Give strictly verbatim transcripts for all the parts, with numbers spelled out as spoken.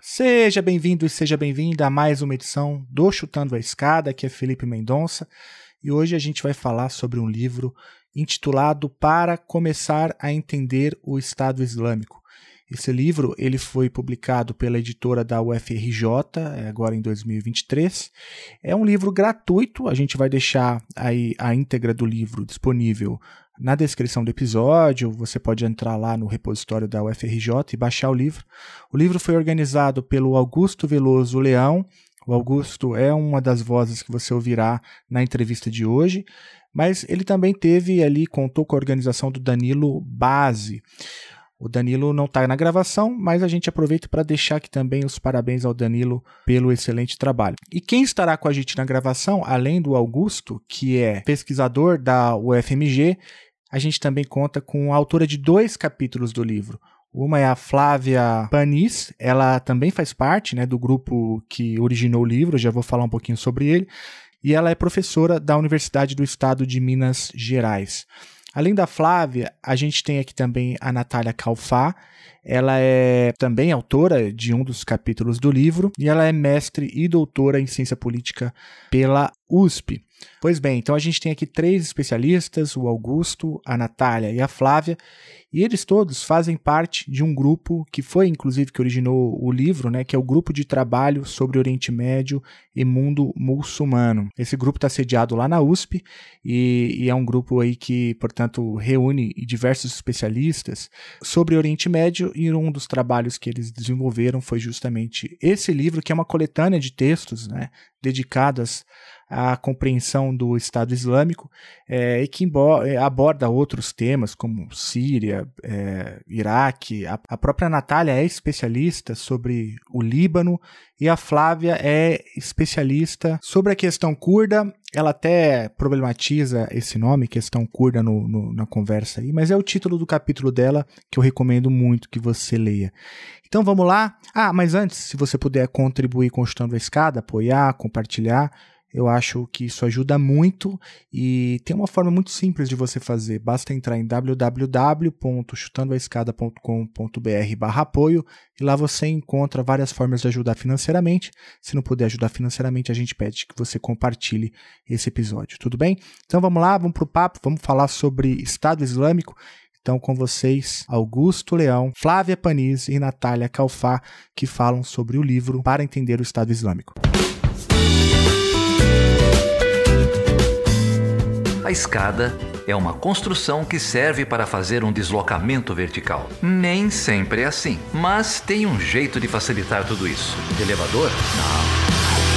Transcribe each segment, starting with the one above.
Seja bem-vindo e seja bem-vinda a mais uma edição do Chutando a Escada, aqui é Felipe Mendonça, e hoje a gente vai falar sobre um livro intitulado Para Começar a Entender o Estado Islâmico. Esse livro ele foi publicado pela editora da U F R J, agora em dois mil e vinte e três. É um livro gratuito, a gente vai deixar aí a íntegra do livro disponível na descrição do episódio. Você pode entrar lá no repositório da U F R J e baixar o livro. O livro foi organizado pelo Augusto Veloso Leão. O Augusto é uma das vozes que você ouvirá na entrevista de hoje, mas ele também teve ali, contou com a organização do Danilo Base. O Danilo não está na gravação, mas a gente aproveita para deixar aqui também os parabéns ao Danilo pelo excelente trabalho. E quem estará com a gente na gravação, além do Augusto, que é pesquisador da U F M G, a gente também conta com a autora de dois capítulos do livro. Uma é a Flávia Panis, ela também faz parte, né, do grupo que originou o livro, já vou falar um pouquinho sobre ele, e ela é professora da Universidade do Estado de Minas Gerais. Além da Flávia, a gente tem aqui também a Natália Calfá. Ela é também autora de um dos capítulos do livro e ela é mestre e doutora em ciência política pela U S P. Pois bem, então a gente tem aqui três especialistas, o Augusto, a Natália e a Flávia, e eles todos fazem parte de um grupo que foi, inclusive, que originou o livro, né, que é o Grupo de Trabalho sobre Oriente Médio e Mundo Muçulmano. Esse grupo está sediado lá na U S P e, e é um grupo aí que, portanto, reúne diversos especialistas sobre Oriente Médio, e um dos trabalhos que eles desenvolveram foi justamente esse livro, que é uma coletânea de textos, né, dedicadas à compreensão do Estado Islâmico, é, e que aborda outros temas como Síria, é, Iraque. A, a própria Natália é especialista sobre o Líbano e a Flávia é especialista sobre a questão curda. Ela até problematiza esse nome, questão curda, no, no, na conversa aí, mas é o título do capítulo dela que eu recomendo muito que você leia. Então vamos lá? Ah, mas antes, se você puder contribuir com o Chutando a Escada, apoiar, compartilhar, eu acho que isso ajuda muito e tem uma forma muito simples de você fazer. Basta entrar em w w w ponto chutando a escada ponto com ponto b r barra apoio e lá você encontra várias formas de ajudar financeiramente. Se não puder ajudar financeiramente, a gente pede que você compartilhe esse episódio, tudo bem? Então vamos lá, vamos para o papo, vamos falar sobre Estado Islâmico. Então, com vocês, Augusto Leão, Flávia Panis e Natália Calfá, que falam sobre o livro Para Entender o Estado Islâmico. A escada é uma construção que serve para fazer um deslocamento vertical. Nem sempre é assim, mas tem um jeito de facilitar tudo isso. Elevador? Não.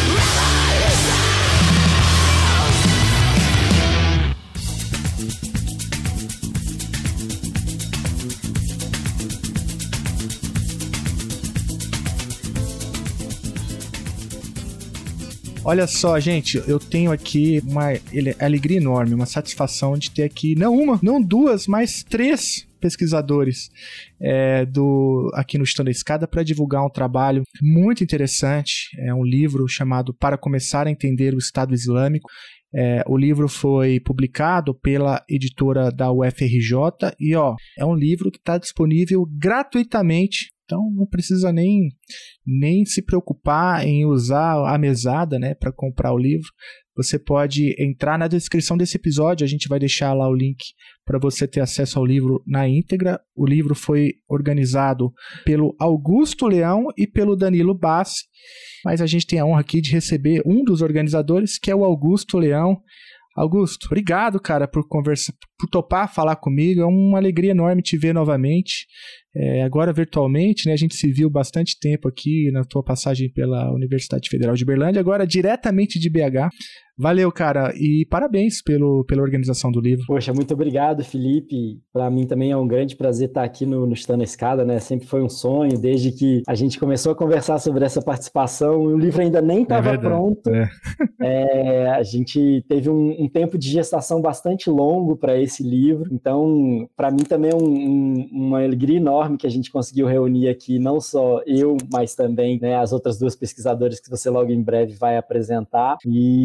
Olha só, gente, eu tenho aqui uma alegria enorme, uma satisfação de ter aqui, não uma, não duas, mas três pesquisadores é, do, aqui no Chutando a Escada para divulgar um trabalho muito interessante. É um livro chamado Para Começar a Entender o Estado Islâmico. É, o livro foi publicado pela editora da U F R J e ó, é um livro que está disponível gratuitamente. Então não precisa nem, nem se preocupar em usar a mesada, né, para comprar o livro. Você pode entrar na descrição desse episódio, a gente vai deixar lá o link para você ter acesso ao livro na íntegra. O livro foi organizado pelo Augusto Leão e pelo Danilo Bassi, mas a gente tem a honra aqui de receber um dos organizadores, que é o Augusto Leão. Augusto, obrigado, cara, por conversar, por topar falar comigo. É uma alegria enorme te ver novamente. É, agora virtualmente, né? A gente se viu bastante tempo aqui na tua passagem pela Universidade Federal de Berlândia, agora diretamente de B H. Valeu, cara, e parabéns pelo, pela organização do livro. Poxa, muito obrigado, Felipe. Para mim também é um grande prazer estar aqui no, no Chutando a Escada, né? Sempre foi um sonho, desde que a gente começou a conversar sobre essa participação. O livro ainda nem estava é pronto. É. É, a gente teve um, um tempo de gestação bastante longo para esse livro, então, para mim também é um, um, uma alegria enorme enorme que a gente conseguiu reunir aqui, não só eu, mas também, né, as outras duas pesquisadoras que você logo em breve vai apresentar.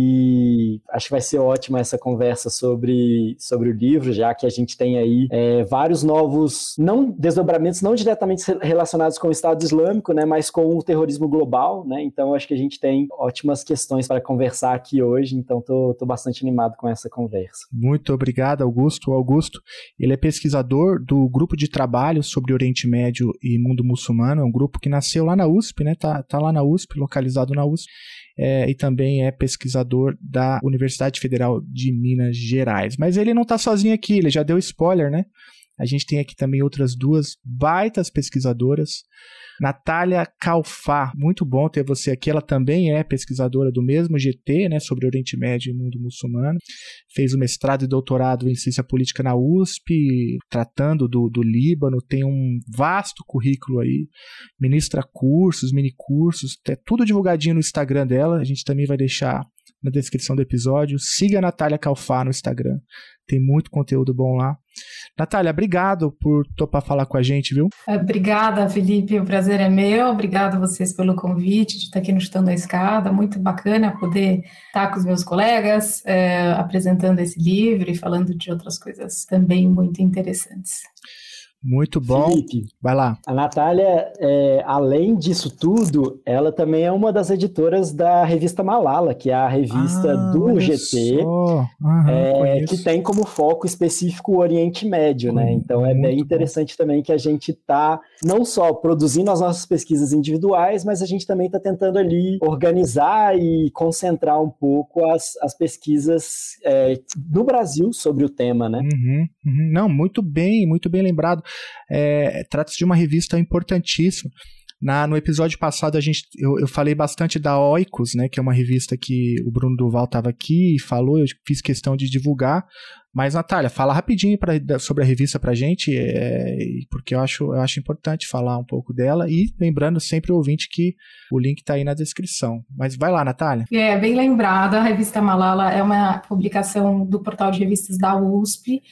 E acho que vai ser ótima essa conversa sobre, sobre o livro, já que a gente tem aí é, vários novos, não desdobramentos, não diretamente relacionados com o Estado Islâmico, né, mas com o terrorismo global, né? Então acho que a gente tem ótimas questões para conversar aqui hoje, então tô, tô bastante animado com essa conversa. Muito obrigado, Augusto. O Augusto, ele é pesquisador do grupo de trabalho sobre Oriente Médio e mundo muçulmano, é um grupo que nasceu lá na U S P, né? Tá, tá lá na U S P, localizado na U S P, é, e também é pesquisador da Universidade Federal de Minas Gerais. Mas ele não tá sozinho aqui, ele já deu spoiler, né? A gente tem aqui também outras duas baitas pesquisadoras. Natália Calfá, muito bom ter você aqui, ela também é pesquisadora do mesmo G T, né, sobre Oriente Médio e mundo muçulmano, fez o mestrado e doutorado em ciência política na U S P, tratando do, do Líbano, tem um vasto currículo aí, ministra cursos, minicursos, é tudo divulgadinho no Instagram dela, a gente também vai deixar na descrição do episódio, siga a Natália Calfá no Instagram, tem muito conteúdo bom lá. Natália, obrigado por topar falar com a gente, viu? Obrigada, Felipe, o prazer é meu, obrigado a vocês pelo convite de estar aqui no Chutando a Escada, muito bacana poder estar com os meus colegas, é, apresentando esse livro e falando de outras coisas também muito interessantes. Muito bom. Felipe, vai lá. A Natália, é, além disso tudo, ela também é uma das editoras da revista Malala, que é a revista ah, do G T, uhum, é, que tem como foco específico o Oriente Médio, uhum, né? Então é bem interessante bom. Também que a gente está não só produzindo as nossas pesquisas individuais, mas a gente também está tentando ali organizar e concentrar um pouco as, as pesquisas é, no Brasil sobre o tema, né? Uhum, uhum. Não, muito bem, muito bem lembrado. É, trata-se de uma revista importantíssima. Na, no episódio passado a gente, eu, eu falei bastante da Oikos, né, que é uma revista que o Bruno Duval estava aqui e falou, eu fiz questão de divulgar. Mas, Natália, fala rapidinho pra, sobre a revista pra gente, é, porque eu acho, eu acho importante falar um pouco dela, e lembrando sempre o ouvinte que o link está aí na descrição. Mas vai lá, Natália. É, bem lembrada, a revista Malala é uma publicação do portal de revistas da U S P,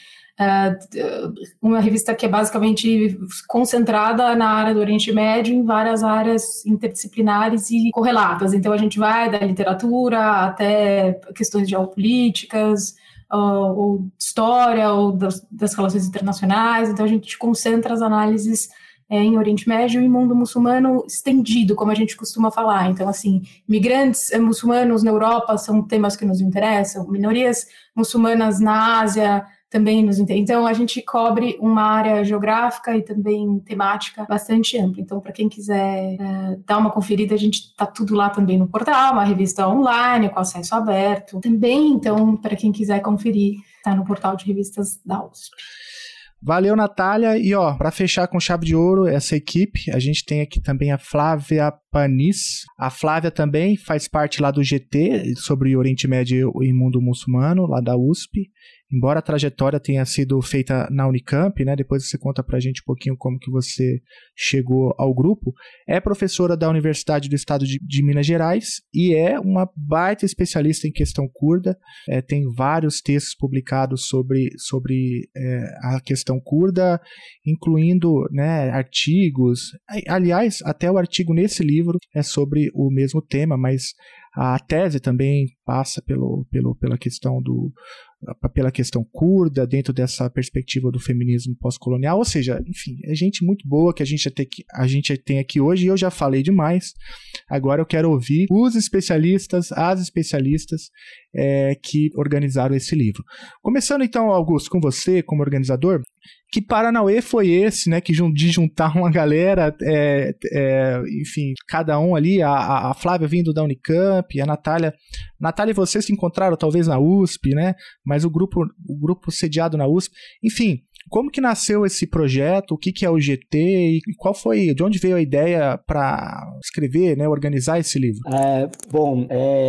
Uh, uma revista que é basicamente concentrada na área do Oriente Médio em várias áreas interdisciplinares e correlatas. Então a gente vai da literatura até questões geopolíticas, uh, ou história, ou das, das relações internacionais. Então a gente concentra as análises é, em Oriente Médio e mundo muçulmano estendido, como a gente costuma falar. Então, assim, migrantes muçulmanos na Europa são temas que nos interessam, minorias muçulmanas na Ásia também nos interessa. Então, a gente cobre uma área geográfica e também temática bastante ampla. Então, para quem quiser é, dar uma conferida, a gente está tudo lá também no portal, uma revista online com acesso aberto. Também, então, para quem quiser conferir, está no portal de revistas da U S P. Valeu, Natália. E, ó, para fechar com chave de ouro essa equipe, a gente tem aqui também a Flávia Panis. A Flávia também faz parte lá do G T, sobre Oriente Médio e mundo muçulmano, lá da U S P. Embora a trajetória tenha sido feita na Unicamp, né, depois você conta pra gente um pouquinho como que você chegou ao grupo, é professora da Universidade do Estado de, de Minas Gerais e é uma baita especialista em questão curda, é, tem vários textos publicados sobre, sobre é, a questão curda, incluindo, né, artigos, aliás, até o artigo nesse livro é sobre o mesmo tema, mas a tese também passa pelo, pelo, pela questão do pela questão curda, dentro dessa perspectiva do feminismo pós-colonial, ou seja, enfim, é gente muito boa que a gente, tem, a gente tem aqui hoje, e eu já falei demais, agora eu quero ouvir os especialistas, as especialistas é, que organizaram esse livro. Começando então, Augusto, com você, como organizador, que Paranauê foi esse, né, que de juntar uma galera, é, é, enfim, cada um ali, a, a Flávia vindo da Unicamp, a Natália, Natália e você se encontraram talvez na U S P, né, mas o grupo, o grupo sediado na U S P, enfim, como que nasceu esse projeto, o que, que é o G T e qual foi, de onde veio a ideia para escrever, né, organizar esse livro? É, bom, é,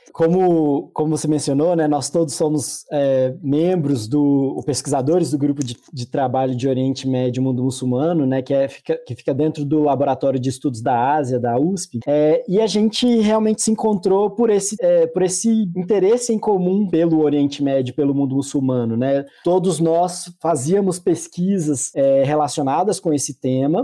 Como, como você mencionou, né, nós todos somos é, membros do, pesquisadores do grupo de, de trabalho de Oriente Médio e Mundo Muçulmano, né, que, é, fica, que fica dentro do Laboratório de Estudos da Ásia, da U S P, é, e a gente realmente se encontrou por esse, é, por esse interesse em comum pelo Oriente Médio e pelo mundo muçulmano, né? Todos nós fazíamos pesquisas é, relacionadas com esse tema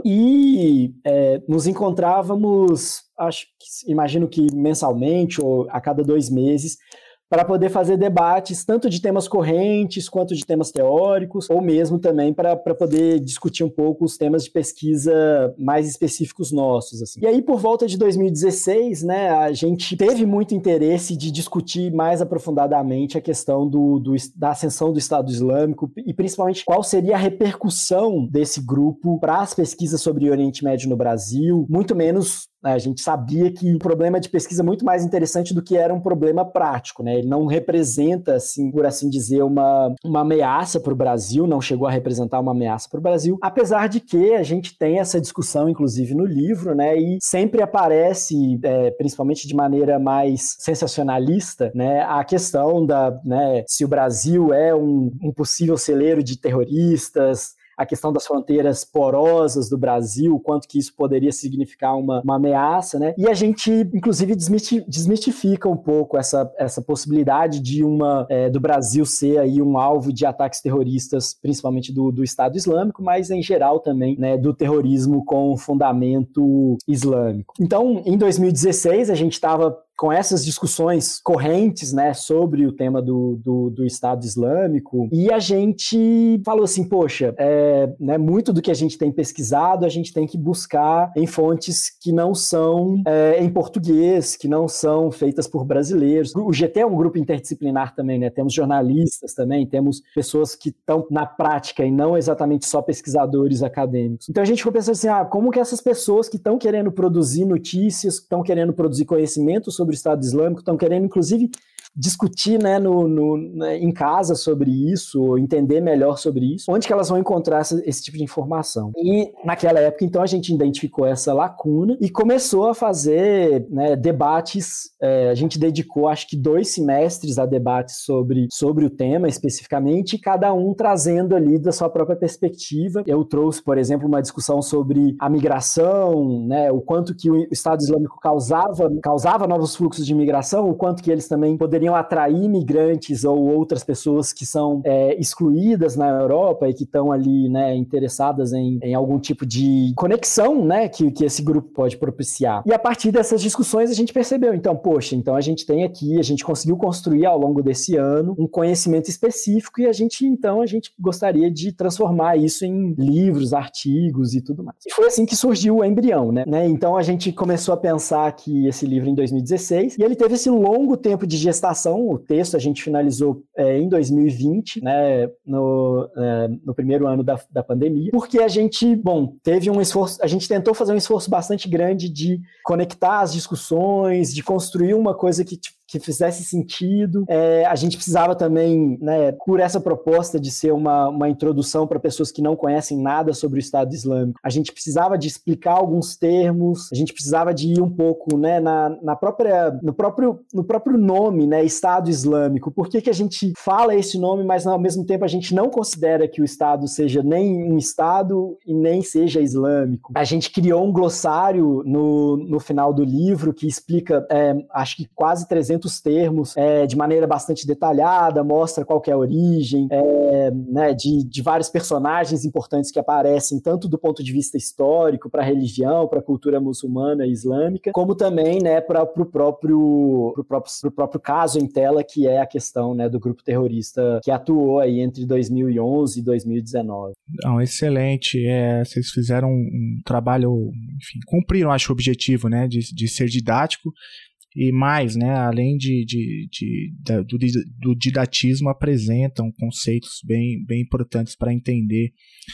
e é, nos encontrávamos, acho que, imagino que mensalmente ou a cada dois meses, para poder fazer debates tanto de temas correntes quanto de temas teóricos, ou mesmo também para poder discutir um pouco os temas de pesquisa mais específicos nossos. Assim. E aí, por volta de dois mil e dezesseis, né, a gente teve muito interesse de discutir mais aprofundadamente a questão do, do, da ascensão do Estado Islâmico e principalmente qual seria a repercussão desse grupo para as pesquisas sobre o Oriente Médio no Brasil, muito menos... A gente sabia que um problema de pesquisa é muito mais interessante do que era um problema prático, né? Ele não representa, assim, por assim dizer, uma, uma ameaça para o Brasil, não chegou a representar uma ameaça para o Brasil, apesar de que a gente tem essa discussão, inclusive, no livro, né? E sempre aparece, é, principalmente de maneira mais sensacionalista, né? A questão da, né, se o Brasil é um, um possível celeiro de terroristas, a questão das fronteiras porosas do Brasil, quanto que isso poderia significar uma, uma ameaça, né? E a gente, inclusive, desmistifica um pouco essa, essa possibilidade de uma, é, do Brasil ser aí um alvo de ataques terroristas, principalmente do, do Estado Islâmico, mas em geral também, né, do terrorismo com fundamento islâmico. Então, em dois mil e dezesseis, a gente estava com essas discussões correntes, né, sobre o tema do, do, do Estado Islâmico, e a gente falou assim, poxa, é, né, muito do que a gente tem pesquisado, a gente tem que buscar em fontes que não são é, em português, que não são feitas por brasileiros. O G T é um grupo interdisciplinar também, né, temos jornalistas também, temos pessoas que estão na prática e não exatamente só pesquisadores acadêmicos. Então a gente ficou pensando assim, ah, como que essas pessoas que estão querendo produzir notícias, estão querendo produzir conhecimento sobre sobre o Estado Islâmico, estão querendo, inclusive, discutir, né, no, no, né, em casa sobre isso, entender melhor sobre isso, onde que elas vão encontrar essa, esse tipo de informação. E naquela época, então, a gente identificou essa lacuna e começou a fazer, né, debates, é, a gente dedicou, acho que dois semestres a debates sobre, sobre o tema especificamente, cada um trazendo ali da sua própria perspectiva. Eu trouxe, por exemplo, uma discussão sobre a migração, né, o quanto que o Estado Islâmico causava, causava novos fluxos de migração, o quanto que eles também poderiam atrair imigrantes ou outras pessoas que são é, excluídas na Europa e que estão ali, né, interessadas em, em algum tipo de conexão, né, que, que esse grupo pode propiciar. E a partir dessas discussões a gente percebeu, então, poxa, então a gente tem aqui, a gente conseguiu construir ao longo desse ano um conhecimento específico e a gente, então, a gente gostaria de transformar isso em livros, artigos e tudo mais. E foi assim que surgiu o embrião, né? Então a gente começou a pensar que esse livro em dois mil e dezesseis e ele teve esse longo tempo de gestação. O texto a gente finalizou é, em dois mil e vinte, né, no, é, no primeiro ano da, da pandemia, porque a gente, bom, teve um esforço, a gente tentou fazer um esforço bastante grande de conectar as discussões, de construir uma coisa que que fizesse sentido. É, a gente precisava também, né, por essa proposta de ser uma, uma introdução para pessoas que não conhecem nada sobre o Estado Islâmico, a gente precisava de explicar alguns termos, a gente precisava de ir um pouco, né, na, na própria, no, próprio, no próprio nome, né, Estado Islâmico. Por que que a gente fala esse nome, mas ao mesmo tempo a gente não considera que o Estado seja nem um Estado e nem seja islâmico? A gente criou um glossário no, no final do livro que explica, é, acho que quase trezentos termos, é, de maneira bastante detalhada, mostra qual que é a origem, é, né, de, de vários personagens importantes que aparecem, tanto do ponto de vista histórico, para a religião, para a cultura muçulmana e islâmica, como também, né, para o próprio, pro próprio, pro próprio caso em tela, que é a questão, né, do grupo terrorista que atuou aí entre dois mil e onze e dois mil e dezenove. Não, excelente. É, vocês fizeram um trabalho, enfim, cumpriram, acho, o objetivo, né, de, de ser didático. E mais, né, além de, de, de, de, do, do didatismo, apresentam conceitos bem, bem importantes para entender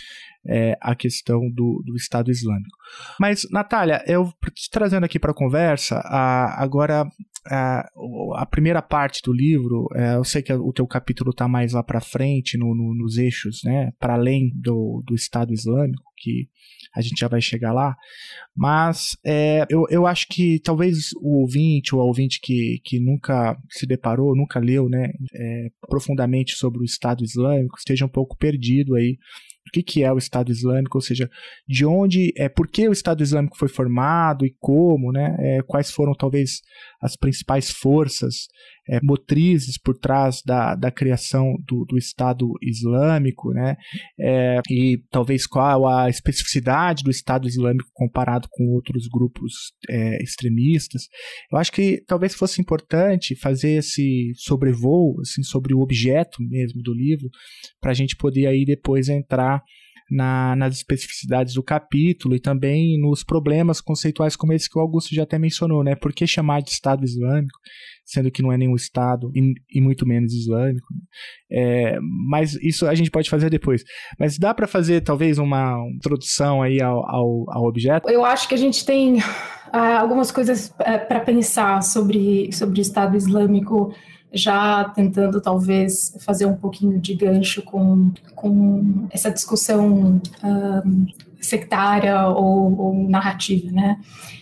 é, a questão do, do Estado Islâmico. Mas, Natália, eu te trazendo aqui para a conversa, a, agora a, a primeira parte do livro, é, eu sei que o teu capítulo está mais lá para frente, no, no, nos eixos, né, para além do, do Estado Islâmico, que a gente já vai chegar lá, mas é, eu, eu acho que talvez o ouvinte ou a ouvinte que, que nunca se deparou, nunca leu, né, é, profundamente sobre o Estado Islâmico, esteja um pouco perdido aí. O que, que é o Estado Islâmico, ou seja, de onde, é, por que o Estado Islâmico foi formado e como, né, é, quais foram talvez as principais forças é, motrizes por trás da, da criação do, do Estado Islâmico, né, é, e talvez qual a especificidade do Estado Islâmico comparado com outros grupos é, extremistas. Eu acho que talvez fosse importante fazer esse sobrevoo assim, sobre o objeto mesmo do livro, para a gente poder aí depois entrar Na, nas especificidades do capítulo e também nos problemas conceituais como esse que o Augusto já até mencionou, né? Por que chamar de Estado Islâmico, sendo que não é nenhum Estado e, e muito menos islâmico? É, mas isso a gente pode fazer depois. Mas dá para fazer talvez uma introdução aí ao, ao, ao objeto? Eu acho que a gente tem uh, algumas coisas uh, para pensar sobre, sobre o Estado Islâmico, já tentando talvez fazer um pouquinho de gancho com, com essa discussão um, sectária ou, ou narrativa, né?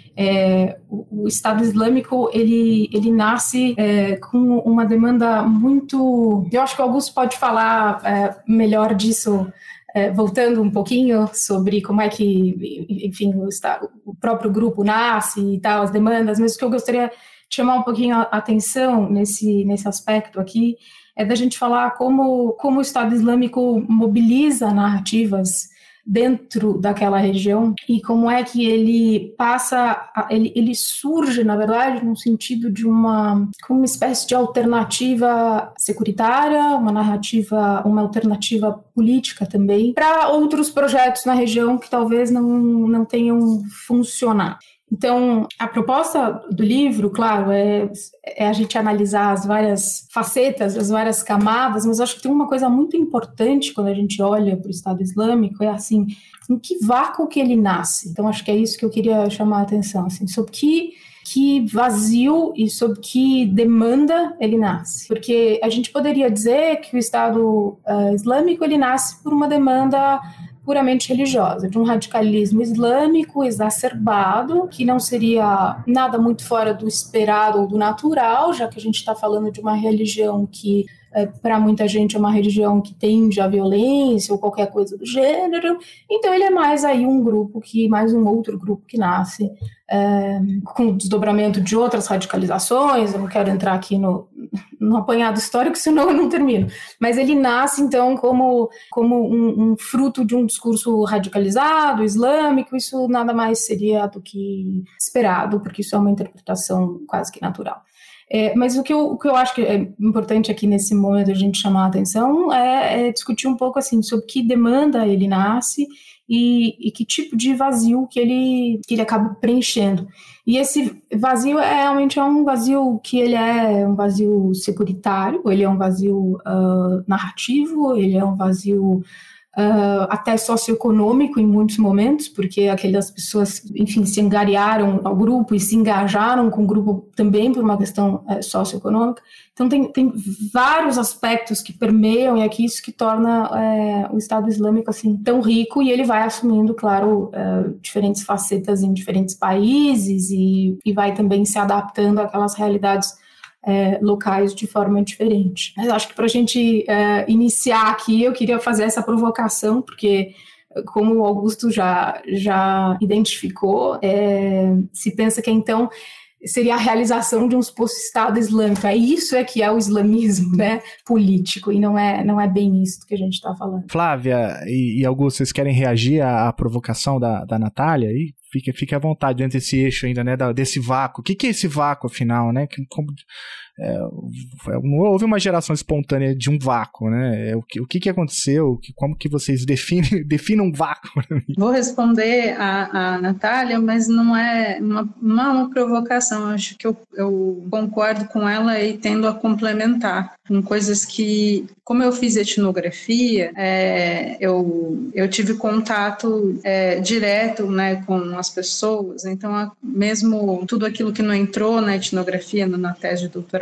É, o, o Estado Islâmico, ele, ele nasce é, com uma demanda muito... Eu acho que o Augusto pode falar é, melhor disso, é, voltando um pouquinho sobre como é que, enfim, o, o próprio grupo nasce e tal, as demandas, mas o que eu gostaria chamar um pouquinho a atenção nesse, nesse aspecto aqui, é da gente falar como, como o Estado Islâmico mobiliza narrativas dentro daquela região e como é que ele passa, a, ele, ele surge, na verdade, no sentido de uma, uma espécie de alternativa securitária, uma narrativa, uma alternativa política também, para outros projetos na região que talvez não, não tenham funcionado. Então, a proposta do livro, claro, é, é a gente analisar as várias facetas, as várias camadas, mas acho que tem uma coisa muito importante quando a gente olha para o Estado Islâmico, é assim, em que vácuo que ele nasce. Então, acho que é isso que eu queria chamar a atenção, assim, sobre que, que vazio e sobre que demanda ele nasce. Porque a gente poderia dizer que o Estado uh, Islâmico, ele nasce por uma demanda puramente religiosa, de um radicalismo islâmico exacerbado, que não seria nada muito fora do esperado ou do natural, já que a gente está falando de uma religião que, é, para muita gente, é uma religião que tende à violência ou qualquer coisa do gênero. Então ele é mais aí um grupo, que mais um outro grupo que nasce é, com desdobramento de outras radicalizações. Eu não quero entrar aqui no, no apanhado histórico, senão eu não termino. Mas ele nasce, então, como, como um, um fruto de um discurso radicalizado, islâmico. Isso nada mais seria do que esperado, porque isso é uma interpretação quase que natural. É, mas o que, eu, o que eu acho que é importante aqui nesse momento a gente chamar a atenção é, é discutir um pouco assim, sobre que demanda ele nasce e, e que tipo de vazio que ele, que ele acaba preenchendo. E esse vazio é, realmente é um vazio que ele é um vazio securitário, ele é um vazio uh, narrativo, ele é um vazio Uh, até socioeconômico em muitos momentos, porque aquelas pessoas, enfim, se angariaram ao grupo e se engajaram com o grupo também por uma questão uh, socioeconômica. Então tem, tem vários aspectos que permeiam e é que isso que torna uh, o Estado Islâmico assim tão rico, e ele vai assumindo, claro, uh, diferentes facetas em diferentes países e, e vai também se adaptando àquelas realidades É, locais de forma diferente. Mas acho que para a gente é, iniciar aqui, eu queria fazer essa provocação, porque, como o Augusto já, já identificou, é, se pensa que então seria a realização de um suposto Estado Islâmico. É isso é que é o islamismo, né, político, e não é, não é bem isso que a gente está falando. Flávia e, e Augusto, vocês querem reagir à, à provocação da, da Natália aí? Fique, fique à vontade dentro desse eixo ainda, né, da, desse vácuo. O que, que é esse vácuo, afinal, né? Que, como, é, não houve uma geração espontânea de um vácuo, né? É, o, que, o que, que aconteceu? Que, como que vocês definem, definem um vácuo? Vou responder a, a Natália, mas não é uma, não é uma provocação. Acho que eu, eu concordo com ela e tendo a complementar com coisas que, como eu fiz etnografia, é, eu, eu tive contato é, direto, né, com as pessoas, então mesmo tudo aquilo que não entrou na etnografia, na tese de doutorado,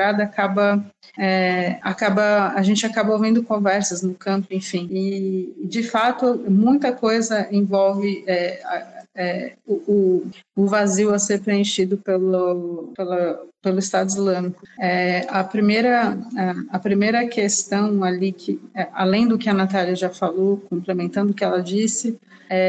estrada acaba, é, acaba, a gente acaba ouvindo conversas no campo, enfim. E, de fato, muita coisa envolve é, é, o, o vazio a ser preenchido pelo, pela, pelo Estado Islâmico. É, a, primeira, a, a primeira questão ali, que, é, além do que a Natália já falou, complementando o que ela disse,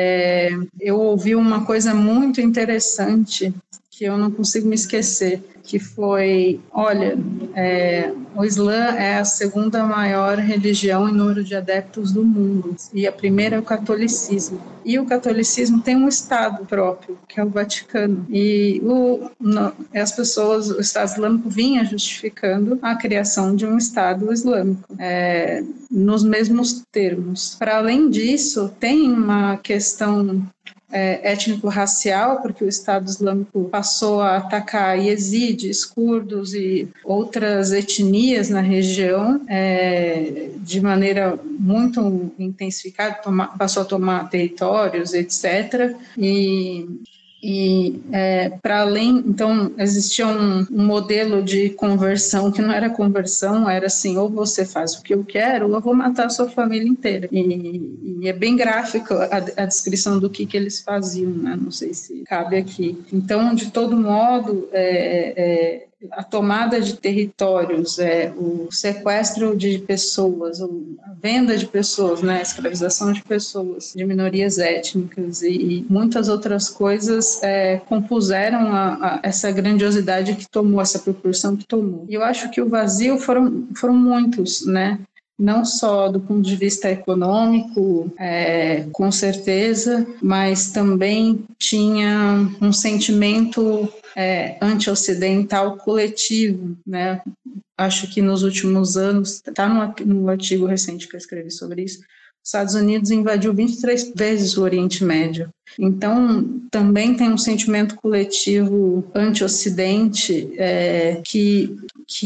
é, eu ouvi uma coisa muito interessante que eu não consigo me esquecer, que foi, olha, é, o Islã é a segunda maior religião em número de adeptos do mundo, e a primeira é o catolicismo. E o catolicismo tem um Estado próprio, que é o Vaticano. E o, no, as pessoas, o Estado Islâmico vinha justificando a criação de um Estado Islâmico, é, nos mesmos termos. Para além disso, tem uma questão É, étnico-racial, porque o Estado Islâmico passou a atacar yazidis, curdos e outras etnias na região é, de maneira muito intensificada, toma, passou a tomar territórios, etcétera. E E, é, para além, então, existia um, um modelo de conversão que não era conversão, era assim, ou você faz o que eu quero, ou eu vou matar a sua família inteira. E, e é bem gráfico a, a descrição do que, que eles faziam, né? Não sei se cabe aqui. Então, de todo modo, é, é, a tomada de territórios, é, o sequestro de pessoas, a venda de pessoas, né, a escravização de pessoas, de minorias étnicas e, e muitas outras coisas é, compuseram a, a, essa grandiosidade que tomou, essa proporção que tomou. E eu acho que o vazio foram, foram muitos, né? Não só do ponto de vista econômico, é, com certeza, mas também tinha um sentimento é, anti-ocidental coletivo, né? Acho que nos últimos anos, está no, no artigo recente que eu escrevi sobre isso, os Estados Unidos invadiu vinte e três vezes o Oriente Médio. Então, também tem um sentimento coletivo anti-ocidente é, que,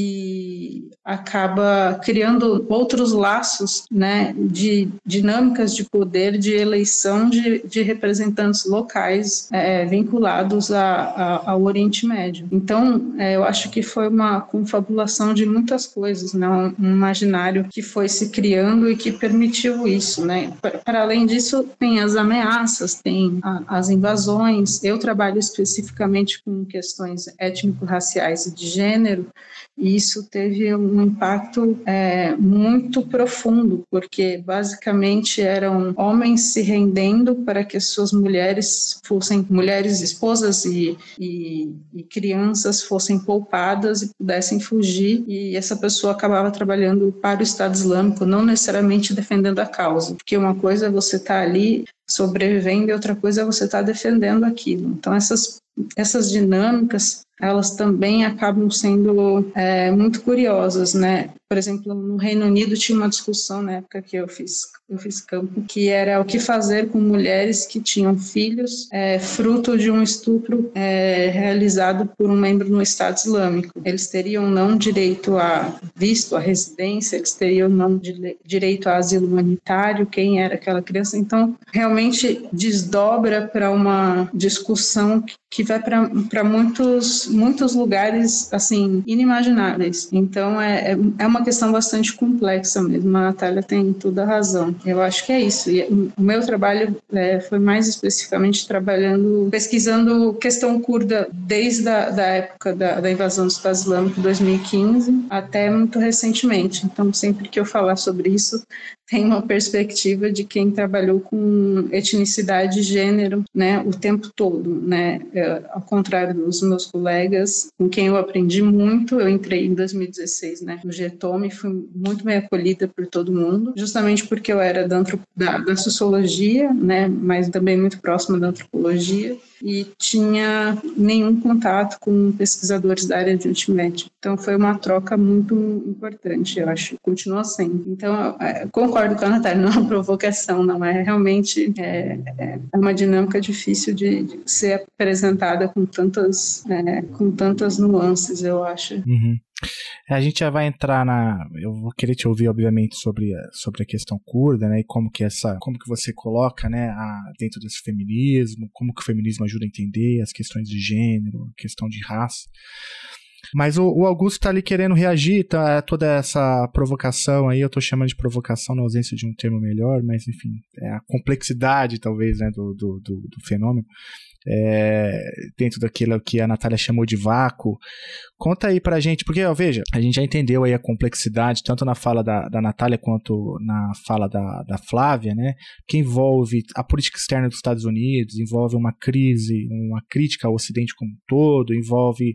que acaba criando outros laços, né, de dinâmicas de poder, de eleição de, de representantes locais é, vinculados a, a, ao Oriente Médio. Então, é, eu acho que foi uma confabulação de muitas coisas, né, um, um imaginário que foi se criando e que permitiu isso, né. Para, para além disso, tem as ameaças, tem as invasões. Eu trabalho especificamente com questões étnico-raciais e de gênero, e isso teve um impacto é, muito profundo, porque basicamente eram homens se rendendo para que as suas mulheres fossem, mulheres esposas e, e, e crianças fossem poupadas e pudessem fugir, e essa pessoa acabava trabalhando para o Estado Islâmico, não necessariamente defendendo a causa, porque uma coisa é você estar ali sobrevivendo e outra coisa é você estar defendendo aquilo. Então essas, essas dinâmicas, elas também acabam sendo é, muito curiosas, né? Por exemplo, no Reino Unido tinha uma discussão na época que eu fiz, eu fiz campo, que era o que fazer com mulheres que tinham filhos é, fruto de um estupro é, realizado por um membro no Estado Islâmico. Eles teriam não direito a visto, a residência, eles teriam não direito a asilo humanitário, quem era aquela criança. Então, realmente desdobra para uma discussão que vai para muitos, muitos lugares assim inimagináveis. Então, é, é uma questão bastante complexa mesmo. A Natália tem toda a razão. Eu acho que é isso. E o meu trabalho é, foi mais especificamente trabalhando, pesquisando questão curda desde a da época da, da invasão do Estado Islâmico em dois mil e quinze até muito recentemente. Então, sempre que eu falar sobre isso, tem uma perspectiva de quem trabalhou com etnicidade e gênero, né, o tempo todo, né, é, ao contrário dos meus colegas, com quem eu aprendi muito. Eu entrei em dois mil e dezesseis, né, no Getome, e fui muito bem acolhida por todo mundo, justamente porque eu era da, antrop- da, da sociologia, né, mas também muito próxima da antropologia, e tinha nenhum contato com pesquisadores da área de Oriente Médio. Então, foi uma troca muito importante, eu acho, continua sendo. Então, eu concordo com a Natália, não é uma provocação, não é realmente é, é uma dinâmica difícil de, de ser apresentada com tantas, é, com tantas nuances, eu acho. Uhum. A gente já vai entrar na... Eu vou querer te ouvir, obviamente, sobre a, sobre a questão curda, né, e como que essa, como que você coloca, né, a, dentro desse feminismo, como que o feminismo ajuda a entender as questões de gênero, a questão de raça. Mas o, o Augusto tá ali querendo reagir, tá, toda essa provocação aí, eu tô chamando de provocação na ausência de um termo melhor, mas enfim, é a complexidade talvez, né, do, do, do, do fenômeno, é, dentro daquilo que a Natália chamou de vácuo. Conta aí pra gente, porque ó, veja, a gente já entendeu aí a complexidade, tanto na fala da, da Natália quanto na fala da, da Flávia, né, que envolve a política externa dos Estados Unidos, envolve uma crise, uma crítica ao Ocidente como um todo, envolve,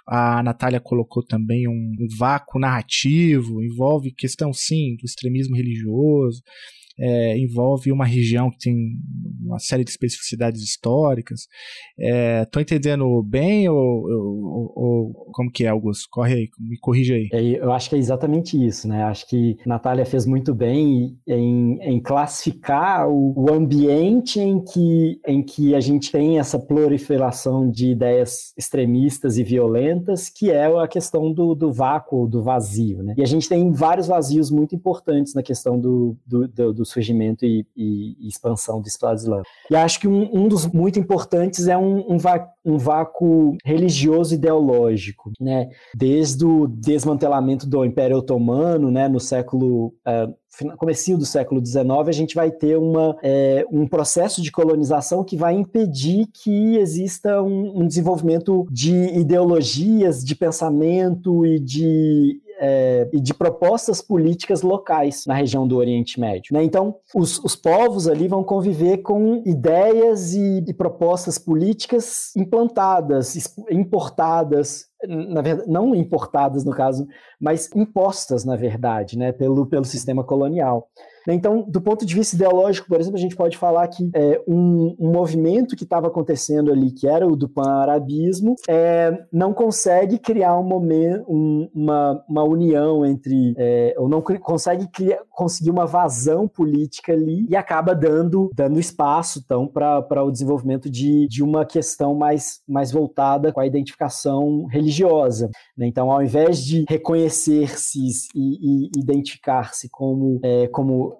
a Natália colocou também um, um vácuo narrativo, envolve questão sim do extremismo religioso, É, envolve uma região que tem uma série de especificidades históricas. Estou é, entendendo bem ou, ou, ou como que é, Augusto? Corre aí, me corrija aí. É, eu acho que é exatamente isso, né? Acho que a Natália fez muito bem em, em classificar o, o ambiente em que, em que a gente tem essa proliferação de ideias extremistas e violentas, que é a questão do, do vácuo, do vazio, né? E a gente tem vários vazios muito importantes na questão do, do, do, do surgimento e, e, e expansão do Estado Islâmico. E acho que um, um dos muito importantes é um, um, um vácuo religioso ideológico, né? Desde o desmantelamento do Império Otomano, né, no século... Uh, comecinho do século dezenove, a gente vai ter uma, é, um processo de colonização que vai impedir que exista um, um desenvolvimento de ideologias, de pensamento e de, é, e de propostas políticas locais na região do Oriente Médio, né? Então, os, os povos ali vão conviver com ideias e, e propostas políticas implantadas, importadas, na verdade, não importadas no caso, mas impostas, na verdade, né, pelo, pelo sistema colonial. Então, do ponto de vista ideológico, por exemplo, a gente pode falar que é, um, um movimento que estava acontecendo ali, que era o do pan-arabismo, é, não consegue criar um momento, um, uma, uma união entre, é, ou não consegue criar, conseguir uma vazão política ali e acaba dando, dando espaço, então, para o desenvolvimento de, de uma questão mais, mais voltada com a identificação religiosa, né? Então, ao invés de reconhecer-se e, e identificar-se como, é, como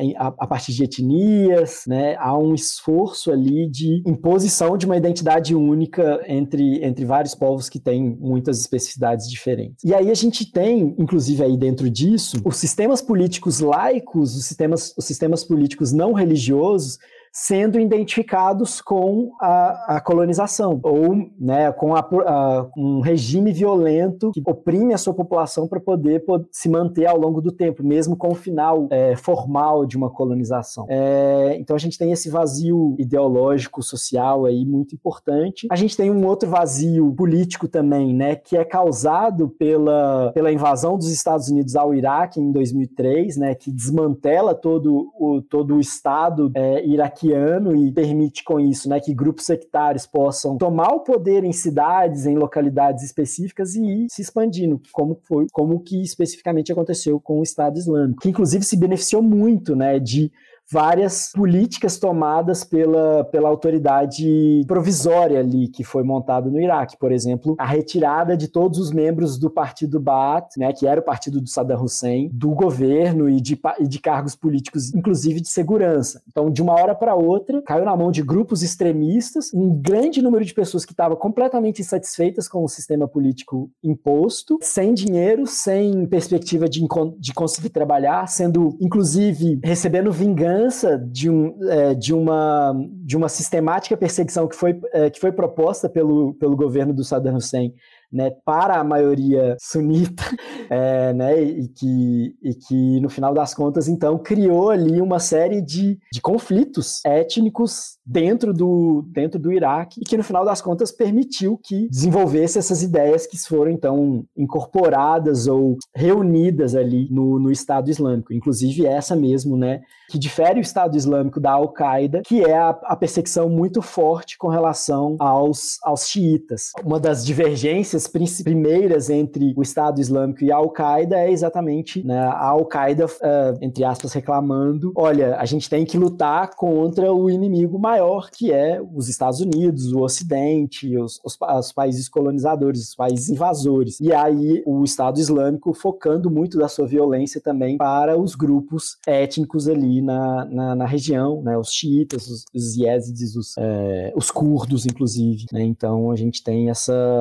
a partir de etnias, né, há um esforço ali de imposição de uma identidade única entre, entre vários povos que têm muitas especificidades diferentes. E aí a gente tem, inclusive aí dentro disso, os sistemas políticos laicos, os sistemas, os sistemas políticos não religiosos, sendo identificados com a, a colonização, ou, né, com a, a, um regime violento que oprime a sua população para poder, poder se manter ao longo do tempo, mesmo com o final é, formal de uma colonização. É, então a gente tem esse vazio ideológico, social aí muito importante. A gente tem um outro vazio político também, né, que é causado pela, pela invasão dos Estados Unidos ao Iraque em dois mil e três, né, que desmantela todo o, todo o Estado é, iraquiano e permite com isso, né, que grupos sectários possam tomar o poder em cidades, em localidades específicas e ir se expandindo, como foi, como que especificamente aconteceu com o Estado Islâmico, que inclusive se beneficiou muito, né, de várias políticas tomadas pela, pela autoridade provisória ali que foi montada no Iraque. Por exemplo, a retirada de todos os membros do partido Baath, né, que era o partido do Saddam Hussein, do governo e de, e de cargos políticos, inclusive de segurança. Então, de uma hora para outra, caiu na mão de grupos extremistas, um grande número de pessoas que estavam completamente insatisfeitas com o sistema político imposto, sem dinheiro, sem perspectiva de, de conseguir trabalhar, sendo, inclusive, recebendo vingança De, um, é, de, uma, de uma sistemática perseguição que foi, é, que foi proposta pelo, pelo governo do Saddam Hussein, né, para a maioria sunita, é, né, e, que, e que, no final das contas, então, criou ali uma série de, de conflitos étnicos dentro do, dentro do Iraque e que, no final das contas, permitiu que desenvolvesse essas ideias que foram, então, incorporadas ou reunidas ali no, no Estado Islâmico. Inclusive essa mesmo, né, que difere o Estado Islâmico da Al-Qaeda, que é a, a perseguição muito forte com relação aos, aos xiitas. Uma das divergências primeiras entre o Estado Islâmico e a Al-Qaeda é exatamente, né, a Al-Qaeda, uh, entre aspas, reclamando, olha, a gente tem que lutar contra o inimigo maior, que é os Estados Unidos, o Ocidente, os, os, os países colonizadores, os países invasores. E aí o Estado Islâmico focando muito da sua violência também para os grupos étnicos ali na, na, na região, né, os xiitas, os, os yezidis, os, é, os curdos, inclusive, né? Então a gente tem essa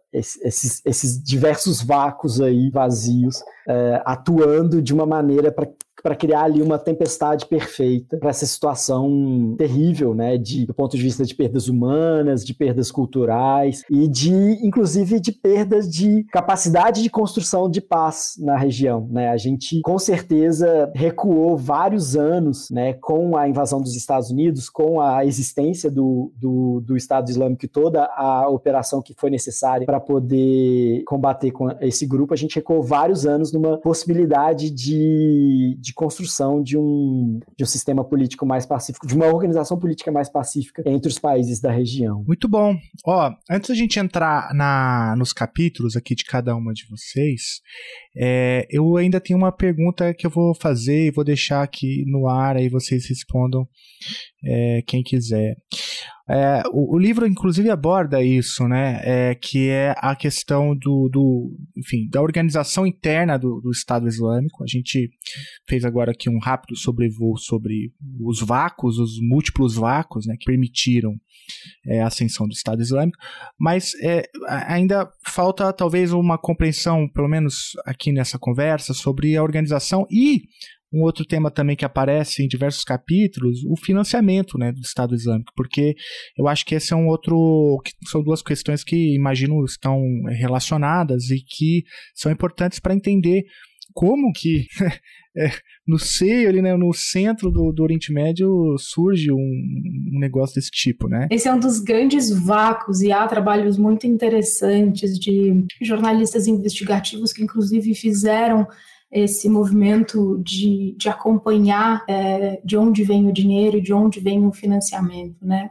esses, esses diversos vácuos aí, vazios, é, atuando de uma maneira para para criar ali uma tempestade perfeita para essa situação terrível, né, de, do ponto de vista de perdas humanas, de perdas culturais e de, inclusive, de perdas de capacidade de construção de paz na região, né? A gente, com certeza, recuou vários anos, né, com a invasão dos Estados Unidos, com a existência do, do, do Estado Islâmico e toda a operação que foi necessária para poder combater com esse grupo, a gente recuou vários anos numa possibilidade de, de de construção de um, de um sistema político mais pacífico, de uma organização política mais pacífica entre os países da região. Muito bom. Ó, antes da gente entrar na, nos capítulos aqui de cada uma de vocês, é, eu ainda tenho uma pergunta que eu vou fazer e vou deixar aqui no ar, aí vocês respondam, é, quem quiser. É, o, o livro, inclusive, aborda isso, né? É, que é a questão do, do, enfim, da organização interna do, do Estado Islâmico. A gente fez agora aqui um rápido sobrevoo sobre os vácuos, os múltiplos vácuos, né, que permitiram é, a ascensão do Estado Islâmico, mas é, ainda falta talvez uma compreensão, pelo menos aqui nessa conversa, sobre a organização e um outro tema também que aparece em diversos capítulos, o financiamento, né, do Estado Islâmico, porque eu acho que esse é um outro, são duas questões que imagino estão relacionadas e que são importantes para entender como que é, no seio, ali, né, no centro do, do Oriente Médio surge um, um negócio desse tipo, né? Esse é um dos grandes vácuos e há trabalhos muito interessantes de jornalistas investigativos que inclusive fizeram esse movimento de, de acompanhar é, de onde vem o dinheiro e de onde vem o financiamento, né?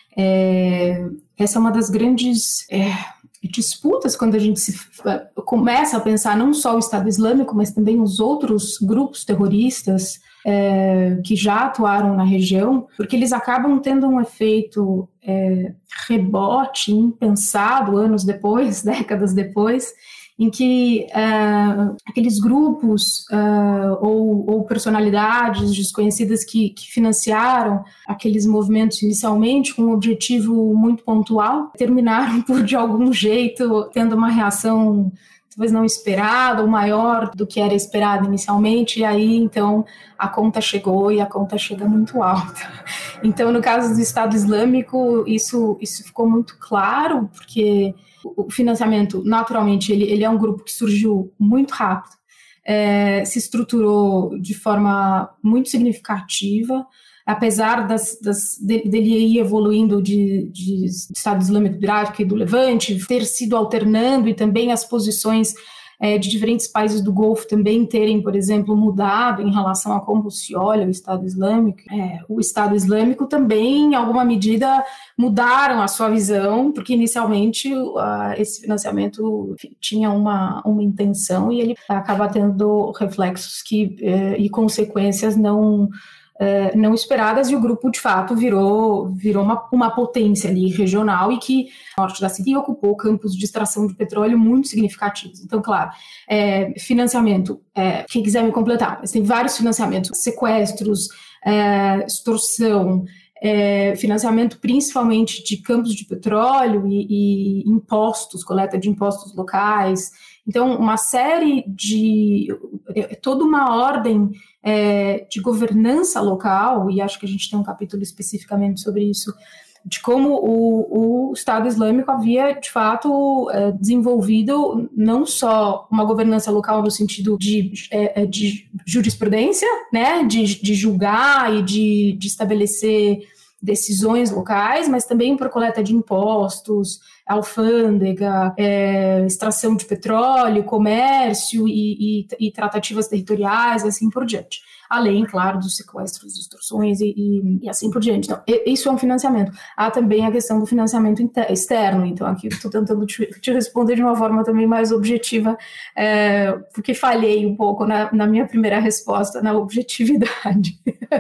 É, essa é uma das grandes é, disputas quando a gente se, começa a pensar não só o Estado Islâmico, mas também os outros grupos terroristas é, que já atuaram na região, porque eles acabam tendo um efeito é, rebote impensado anos depois, décadas depois, em que uh, aqueles grupos uh, ou, ou personalidades desconhecidas que, que financiaram aqueles movimentos inicialmente com um objetivo muito pontual, terminaram por, de algum jeito, tendo uma reação talvez não esperada ou maior do que era esperado inicialmente, e aí, então, a conta chegou e a conta chega muito alta. Então, no caso do Estado Islâmico, isso, isso ficou muito claro, porque o financiamento, naturalmente, ele, ele é um grupo que surgiu muito rápido, é, se estruturou de forma muito significativa, apesar das, das, dele ir evoluindo de, de Estado Islâmico do Iraque e do Levante, ter sido alternando e também as posições é, de diferentes países do Golfo também terem, por exemplo, mudado em relação a como se olha o Estado Islâmico. É, o Estado Islâmico também, em alguma medida, mudaram a sua visão, porque inicialmente uh, esse financiamento tinha uma, uma intenção e ele acaba tendo reflexos que, uh, e consequências não... Uh, não esperadas, e o grupo de fato virou, virou uma, uma potência ali regional e que no norte da Síria ocupou campos de extração de petróleo muito significativos. Então, claro, é, financiamento, é, quem quiser me completar, mas tem vários financiamentos, sequestros, é, extorsão, é, financiamento principalmente de campos de petróleo e, e impostos, coleta de impostos locais. Então, uma série de... toda uma ordem é, de governança local, e acho que a gente tem um capítulo especificamente sobre isso, de como o, o Estado Islâmico havia, de fato, é, desenvolvido não só uma governança local no sentido de, é, de jurisprudência, né, de, de julgar e de, de estabelecer decisões locais, mas também por coleta de impostos, alfândega, é, extração de petróleo, comércio e, e, e tratativas territoriais, e assim por diante. Além, claro, dos sequestros, extorsões e, e, e assim por diante. Então, isso é um financiamento. Há também a questão do financiamento inter- externo. Então, aqui estou tentando te, te responder de uma forma também mais objetiva, é, porque falhei um pouco na, na minha primeira resposta, na objetividade.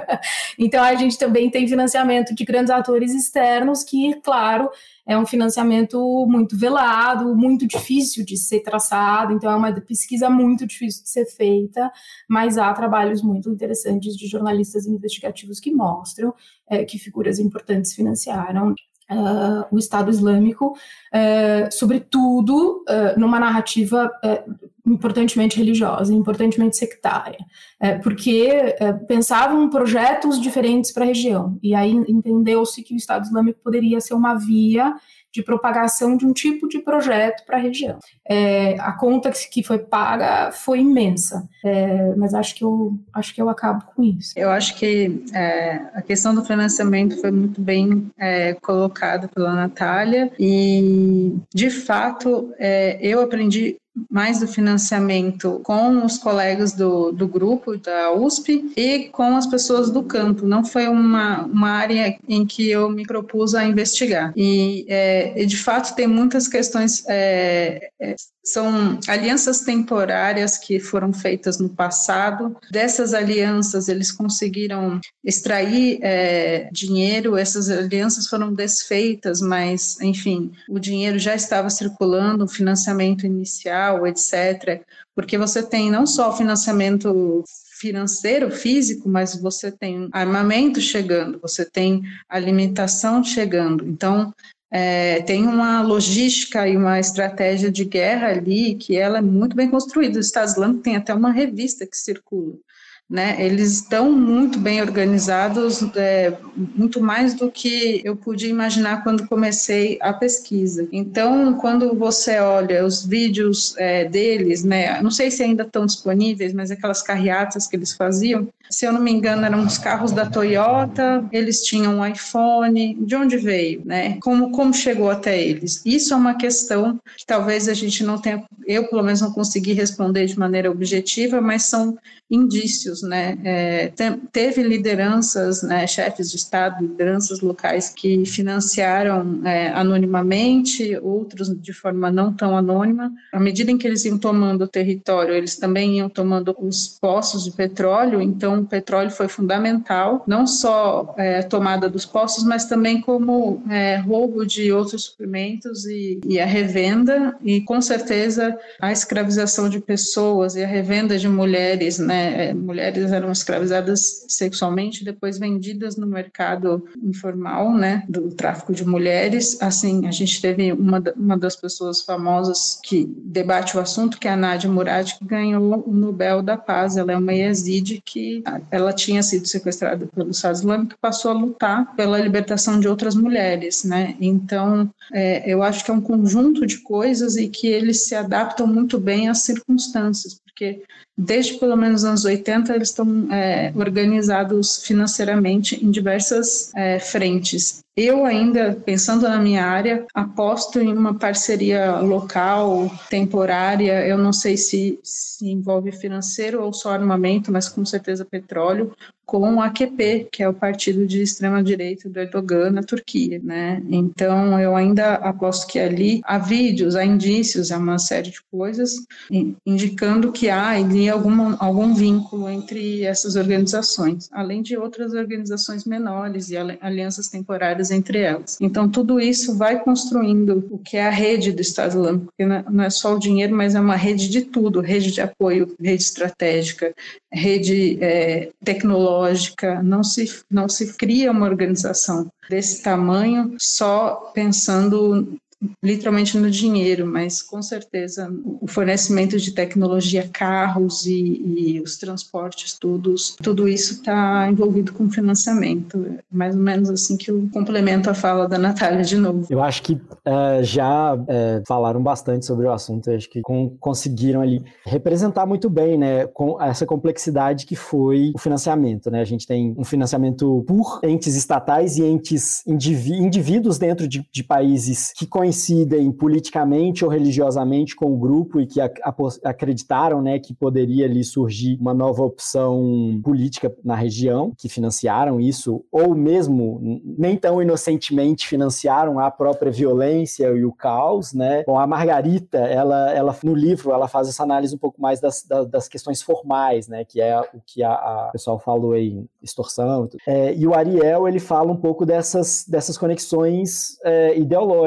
Então, a gente também tem financiamento de grandes atores externos que, claro, é um financiamento muito velado, muito difícil de ser traçado, então é uma pesquisa muito difícil de ser feita, mas há trabalhos muito interessantes de jornalistas investigativos que mostram é, que figuras importantes financiaram uh, o Estado Islâmico, uh, sobretudo uh, numa narrativa uh, importantemente religiosa, importantemente sectária, uh, porque uh, pensavam projetos diferentes para a região, e aí entendeu-se que o Estado Islâmico poderia ser uma via de propagação de um tipo de projeto para a região. É, a conta que foi paga foi imensa, é, mas acho que, eu, acho que eu acabo com isso. Eu acho que é, a questão do financiamento foi muito bem é, colocada pela Natália e, de fato, é, eu aprendi mais do financiamento com os colegas do, do grupo da U S P e com as pessoas do campo. Não foi uma, uma área em que eu me propus a investigar. E, é, e de fato, tem muitas questões... É, é, são alianças temporárias que foram feitas no passado. Dessas alianças, eles conseguiram extrair é, dinheiro, essas alianças foram desfeitas, mas, enfim, o dinheiro já estava circulando, o financiamento inicial, etcétera. Porque você tem não só o financiamento financeiro, físico, mas você tem armamento chegando, você tem alimentação chegando. Então, É, tem uma logística e uma estratégia de guerra ali que ela é muito bem construída. O Estado Islâmico tem até uma revista que circula, né? Eles estão muito bem organizados, é, muito mais do que eu podia imaginar quando comecei a pesquisa. Então, quando você olha os vídeos é, deles, né, não sei se ainda estão disponíveis, mas aquelas carreatas que eles faziam, se eu não me engano, eram os carros da Toyota, eles tinham um iPhone, de onde veio, né? Como, como chegou até eles? Isso é uma questão que talvez a gente não tenha, eu pelo menos não consegui responder de maneira objetiva, mas são indícios, né? É, te, teve lideranças, né, chefes de Estado, lideranças locais que financiaram é, anonimamente, outros de forma não tão anônima. À medida em que eles iam tomando o território, eles também iam tomando os poços de petróleo, então o petróleo foi fundamental, não só é, tomada dos poços, mas também como é, roubo de outros suprimentos e, e a revenda, e com certeza a escravização de pessoas e a revenda de mulheres, né? Mulheres eram escravizadas sexualmente, depois vendidas no mercado informal, né? Do tráfico de mulheres. Assim, a gente teve uma, uma das pessoas famosas que debate o assunto, que é a Nadia Murad, que ganhou o Nobel da Paz. Ela é uma Yazidi que ela tinha sido sequestrada pelo Estado Islâmico e passou a lutar pela libertação de outras mulheres, né? Então, é, eu acho que é um conjunto de coisas e que eles se adaptam muito bem às circunstâncias, porque desde pelo menos os anos oitenta eles estão é, organizados financeiramente em diversas é, frentes. Eu ainda, pensando na minha área, aposto em uma parceria local, temporária, eu não sei se, se envolve financeiro ou só armamento, mas com certeza petróleo, com o A K P, que é o partido de extrema-direita do Erdogan na Turquia, né? Então, eu ainda aposto que ali há vídeos, há indícios, há uma série de coisas indicando que há ali algum, algum vínculo entre essas organizações, além de outras organizações menores e alianças temporárias entre elas. Então, tudo isso vai construindo o que é a rede do Estado Islâmico, porque não é só o dinheiro, mas é uma rede de tudo, rede de apoio, rede estratégica, rede é, tecnológica. Não se, não se cria uma organização desse tamanho só pensando literalmente no dinheiro, mas com certeza o fornecimento de tecnologia, carros e, e os transportes, todos, tudo isso está envolvido com financiamento. Mais ou menos assim que eu complemento a fala da Natália de novo. Eu acho que uh, já uh, falaram bastante sobre o assunto, eu acho que com, conseguiram ali representar muito bem, né, com essa complexidade que foi o financiamento, né? A gente tem um financiamento por entes estatais e entes indiví- indivíduos dentro de, de países que coincidem politicamente ou religiosamente com o grupo e que a, a, acreditaram, né, que poderia ali surgir uma nova opção política na região, que financiaram isso, ou mesmo nem tão inocentemente financiaram a própria violência e o caos, né? Bom, a Margarita, ela, ela no livro, ela faz essa análise um pouco mais das, das, das questões formais, né, que é o que a, a pessoal falou aí, extorsão. É, e o Ariel, ele fala um pouco dessas, dessas conexões é, ideológicas.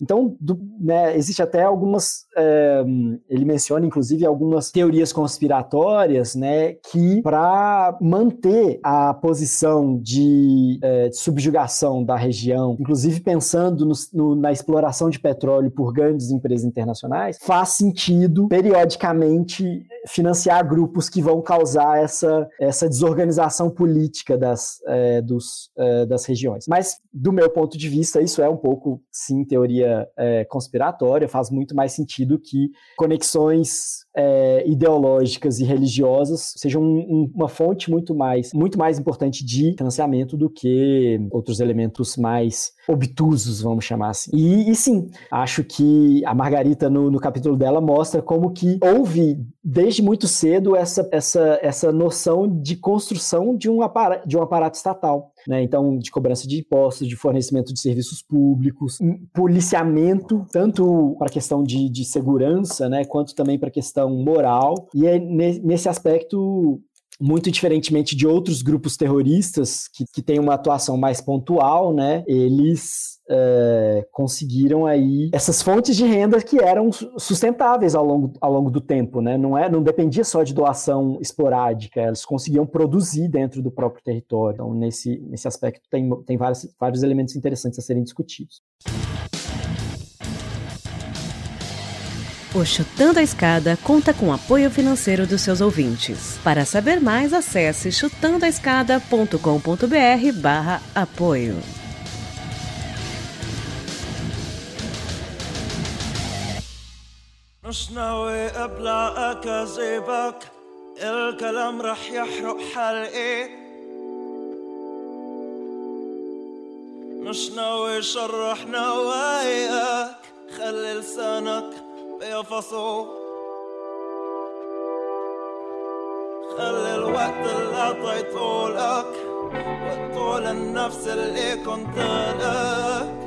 Então, do, né, existe até algumas, é, ele menciona inclusive algumas teorias conspiratórias, né, que para manter a posição de, é, de subjugação da região, inclusive pensando no, no, na exploração de petróleo por grandes empresas internacionais, faz sentido periodicamente financiar grupos que vão causar essa, essa desorganização política das, é, dos, é, das regiões. Mas, do meu ponto de vista, isso é um pouco, sim, teoria é, conspiratória, faz muito mais sentido que conexões é, ideológicas e religiosas sejam um, um, uma fonte muito mais, muito mais importante de financiamento do que outros elementos mais obtusos, vamos chamar assim. E, e sim, acho que a Margarita, no, no capítulo dela, mostra como que houve, desde muito cedo, essa, essa, essa noção de construção de um aparato, de um aparato estatal, né? Então, de cobrança de impostos, de fornecimento de serviços públicos, policiamento, tanto para a questão de, de segurança, né, quanto também para a questão moral. E é nesse aspecto, muito diferentemente de outros grupos terroristas que, que têm uma atuação mais pontual, né, eles é, conseguiram aí essas fontes de renda que eram sustentáveis ao longo, ao longo do tempo, né, não, é, não dependia só de doação esporádica, eles conseguiam produzir dentro do próprio território. Então, nesse, nesse aspecto, tem, tem vários, vários elementos interessantes a serem discutidos. O Chutando a Escada conta com apoio financeiro dos seus ouvintes. Para saber mais, acesse chutando a escada ponto com ponto b r barra apoio. مش ناوي ابلعك ازيبك الكلام رح يحرق حلقي مش ناوي شرح نواياك خلي لسانك بيفصو خلي الوقت اللي عطيته لك وقته للنفس اللي كنت لك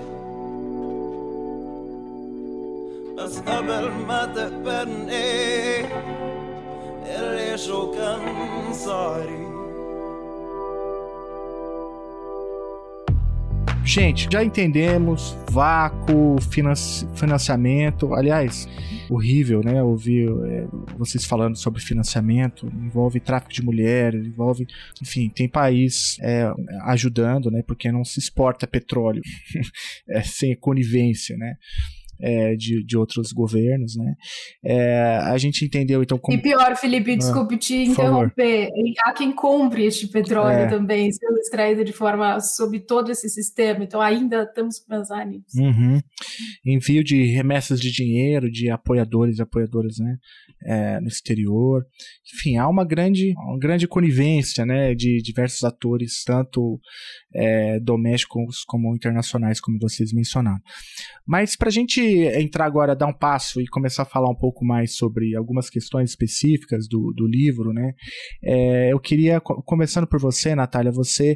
بس قبل ما تقبلني اللي شو كان صاري. Gente, já entendemos, vácuo, financi- financiamento, aliás, horrível, né, ouvir é, vocês falando sobre financiamento, envolve tráfico de mulheres, envolve, enfim, tem país é, ajudando, né, porque não se exporta petróleo é, sem conivência, né, É, de, de outros governos, né? É, a gente entendeu, então... Como... E pior, Felipe, desculpe te interromper, há quem compre este petróleo é. também, sendo extraído de forma, sob todo esse sistema, então ainda temos que pensar nisso. Uhum. Envio de remessas de dinheiro, de apoiadores e apoiadoras, né? É, no exterior, enfim, há uma grande, uma grande conivência, né, de diversos atores, tanto é, domésticos como internacionais, como vocês mencionaram. Mas para a gente entrar agora, dar um passo e começar a falar um pouco mais sobre algumas questões específicas do, do livro, né, é, eu queria, começando por você, Natália, você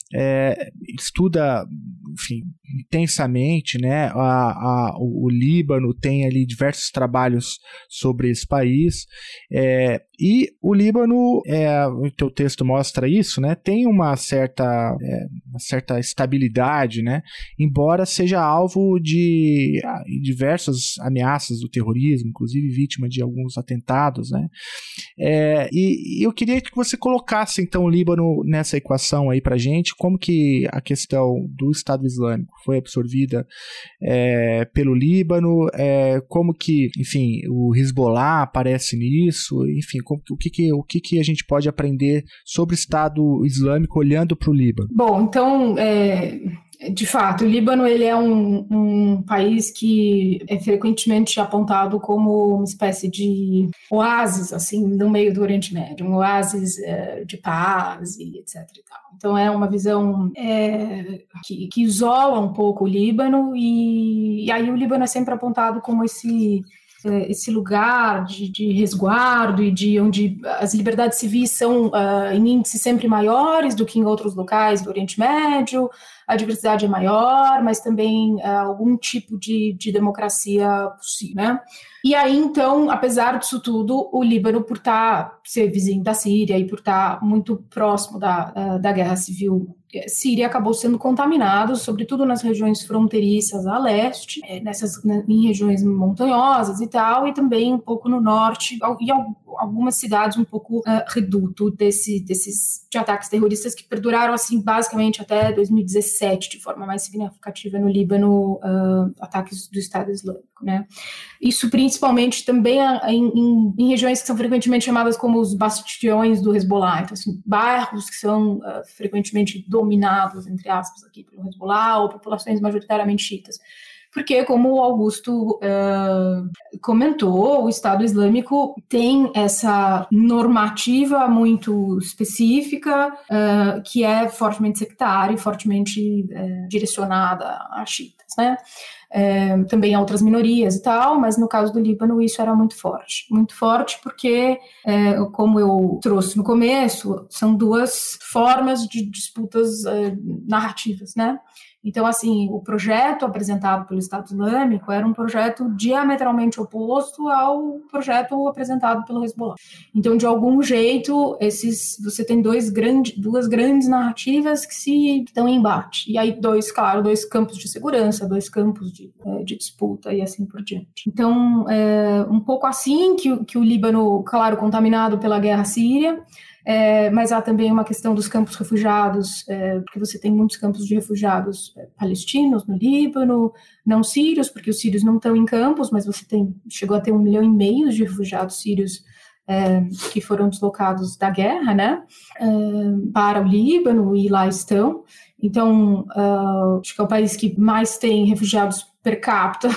É, estuda, enfim, intensamente, né, a, a, o, o Líbano tem ali diversos trabalhos sobre esse país, é, e o Líbano, é, o teu texto mostra isso, né, tem uma certa, é, uma certa estabilidade, né, embora seja alvo de a, diversas ameaças do terrorismo, inclusive vítima de alguns atentados, né, é, e, e eu queria que você colocasse então o Líbano nessa equação aí pra gente, como que a questão do Estado Islâmico foi absorvida é, pelo Líbano, é, como que, enfim, o Hezbollah aparece nisso, enfim, como, o, que, que, o que, que a gente pode aprender sobre o Estado Islâmico olhando para o Líbano? Bom, então, é, de fato, o Líbano ele é um, um país que é frequentemente apontado como uma espécie de oásis, assim, no meio do Oriente Médio, um oásis é, de paz e etc e tal. Então é uma visão é, que, que isola um pouco o Líbano e, e aí o Líbano é sempre apontado como esse, esse lugar de, de resguardo e de onde as liberdades civis são uh, em índices sempre maiores do que em outros locais do Oriente Médio, a diversidade é maior, mas também uh, algum tipo de, de democracia possível, né? E aí, então, apesar disso tudo, o Líbano, por estar, ser vizinho da Síria e por estar muito próximo da, da guerra civil síria, acabou sendo contaminado, sobretudo nas regiões fronteiriças a leste, nessas, em regiões montanhosas e tal, e também um pouco no norte, e algumas cidades um pouco uh, reduto desse, desses de ataques terroristas que perduraram, assim, basicamente até dois mil e dezessete, de forma mais significativa no Líbano, uh, ataques do Estado Islâmico, né? Isso principalmente também em, em, em regiões que são frequentemente chamadas como os bastiões do Hezbollah, então, assim, bairros que são uh, frequentemente dominados, entre aspas, aqui pelo Hezbollah, ou populações majoritariamente xiitas. Porque, como o Augusto uh, comentou, o Estado Islâmico tem essa normativa muito específica, uh, que é fortemente sectária e fortemente uh, direcionada a xiitas, né? É, também a outras minorias e tal, mas no caso do Líbano isso era muito forte. Muito forte porque, é, como eu trouxe no começo, são duas formas de disputas é, narrativas, né? Então, assim, o projeto apresentado pelo Estado Islâmico era um projeto diametralmente oposto ao projeto apresentado pelo Hezbollah. Então, de algum jeito, esses, você tem dois grande, duas grandes narrativas que se estão em embate. E aí, dois, claro, dois campos de segurança, dois campos de, de disputa e assim por diante. Então, é um pouco assim que, que o Líbano, claro, contaminado pela guerra síria. É, mas há também uma questão dos campos refugiados, é, porque você tem muitos campos de refugiados é, palestinos no Líbano, não sírios, porque os sírios não estão em campos, mas você tem, chegou a ter um milhão e meio de refugiados sírios é, que foram deslocados da guerra, né, é, para o Líbano, e lá estão. Então, uh, acho que é o país que mais tem refugiados per capita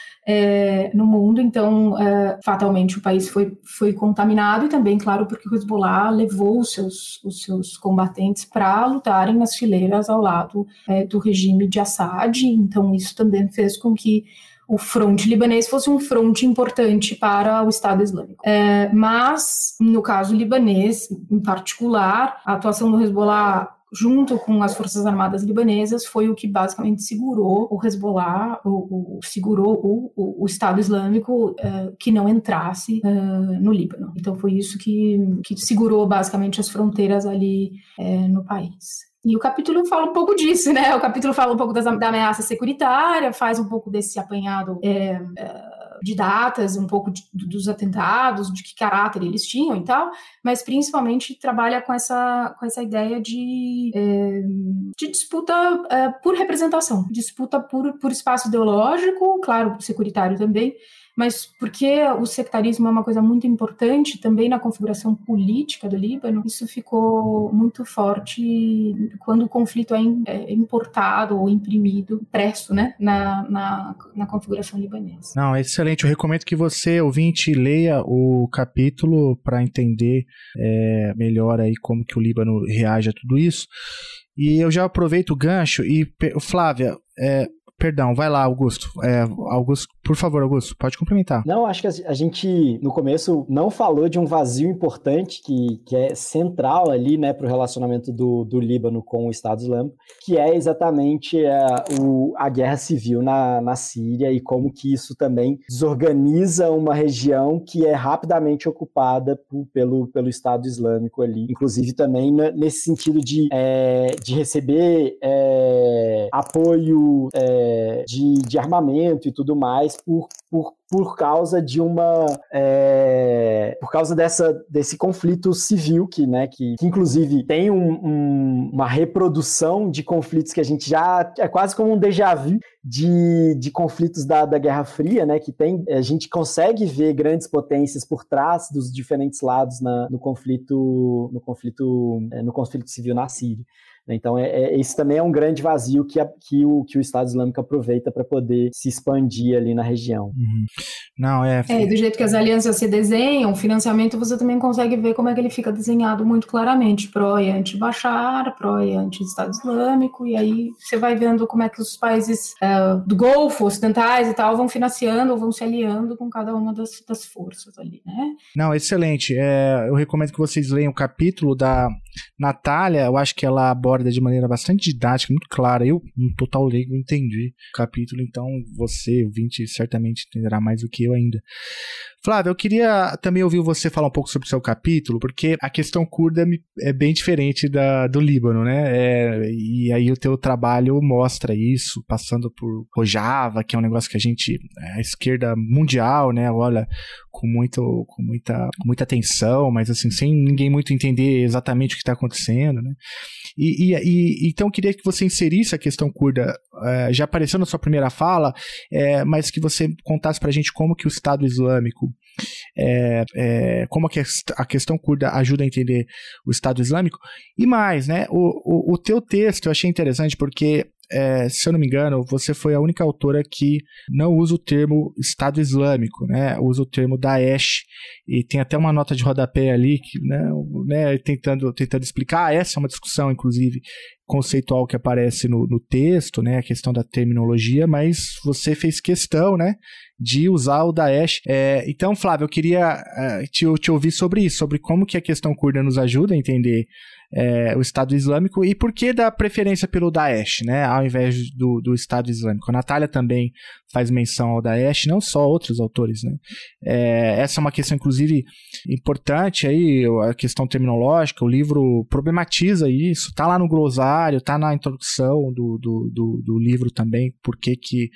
É, no mundo, então, é, fatalmente, o país foi, foi contaminado, e também, claro, porque o Hezbollah levou os seus, os seus combatentes para lutarem nas fileiras ao lado é, do regime de Assad, então isso também fez com que o fronte libanês fosse um fronte importante para o Estado Islâmico. É, mas, no caso libanês, em particular, a atuação do Hezbollah junto com as Forças Armadas libanesas, foi o que basicamente segurou o Hezbollah, o, o, segurou o, o, o Estado Islâmico uh, que não entrasse uh, no Líbano. Então foi isso que, que segurou basicamente as fronteiras ali uh, no país. E o capítulo fala um pouco disso, né? O capítulo fala um pouco das, da ameaça securitária, faz um pouco desse apanhado é, é, de datas, um pouco de, dos atentados, de que caráter eles tinham e tal, mas principalmente trabalha com essa, com essa ideia de, é, de disputa é, por representação, disputa por, por espaço ideológico, claro, securitário também, mas porque o sectarismo é uma coisa muito importante também na configuração política do Líbano, isso ficou muito forte quando o conflito é importado ou imprimido, impresso, né, na, na, na configuração libanesa. Não, é excelente. Eu recomendo que você, ouvinte, leia o capítulo para entender é, melhor aí como que o Líbano reage a tudo isso. E eu já aproveito o gancho e, Flávia, é, perdão, vai lá, Augusto. É, Augusto, por favor, Augusto, pode complementar. Não, acho que a gente, no começo, não falou de um vazio importante que, que é central ali, né, para o relacionamento do, do Líbano com o Estado Islâmico, que é exatamente é, o, a guerra civil na, na Síria e como que isso também desorganiza uma região que é rapidamente ocupada por, pelo, pelo Estado Islâmico ali. Inclusive também nesse sentido de, é, de receber é, apoio é, De, de armamento e tudo mais por, por, por causa de uma é, por causa dessa, desse conflito civil que, né, que, que inclusive tem um, um, uma reprodução de conflitos que a gente já é quase como um déjà vu de, de conflitos da, da Guerra Fria, né, que tem, a gente consegue ver grandes potências por trás dos diferentes lados na, no conflito no conflito é, no conflito civil na Síria. Então, é, é, esse também é um grande vazio que, a, que, o, que o Estado Islâmico aproveita para poder se expandir ali na região. Uhum. Não, é... é... Do jeito que as alianças se desenham, o financiamento você também consegue ver como é que ele fica desenhado muito claramente. Pró e anti-Bashar, pró e anti-Estado Islâmico, e aí você vai vendo como é que os países uh, do Golfo, ocidentais e tal, vão financiando, vão se aliando com cada uma das, das forças ali, né? Não, excelente. É, eu recomendo que vocês leiam o capítulo da Natália, eu acho que ela aborda aborda de maneira bastante didática, muito clara. Eu, um total leigo, entendi o capítulo, então você, ouvinte, certamente entenderá mais do que eu ainda. Flávio, eu queria também ouvir você falar um pouco sobre o seu capítulo, porque a questão curda é bem diferente da, do Líbano, né? É, e aí o teu trabalho mostra isso, passando por Rojava, que é um negócio que a gente, a esquerda mundial, né, olha com, muito, com, muita, com muita atenção, mas assim, sem ninguém muito entender exatamente o que está acontecendo, né? E, e, e, então eu queria que você inserisse a questão curda, é, já apareceu na sua primeira fala, é, mas que você contasse pra gente como que o Estado Islâmico, é, é, como que a questão curda ajuda a entender o Estado Islâmico. E mais, né, o, o, o teu texto eu achei interessante porque, é, se eu não me engano, você foi a única autora que não usa o termo Estado Islâmico, né, usa o termo Daesh, e tem até uma nota de rodapé ali, que, né, né, tentando, tentando explicar. Essa é uma discussão, inclusive, conceitual que aparece no, no texto, né, a questão da terminologia, mas você fez questão, né, de usar o Daesh. É, então, Flávio, eu queria uh, te, te ouvir sobre isso, sobre como que a questão curda nos ajuda a entender é, o Estado Islâmico e por que da preferência pelo Daesh, né, ao invés do, do Estado Islâmico. A Natália também faz menção ao Daesh, não só outros autores, né. É, essa é uma questão, inclusive, importante, aí, a questão terminológica. O livro problematiza isso, tá lá no glossário, tá na introdução do, do, do, do livro também, porque que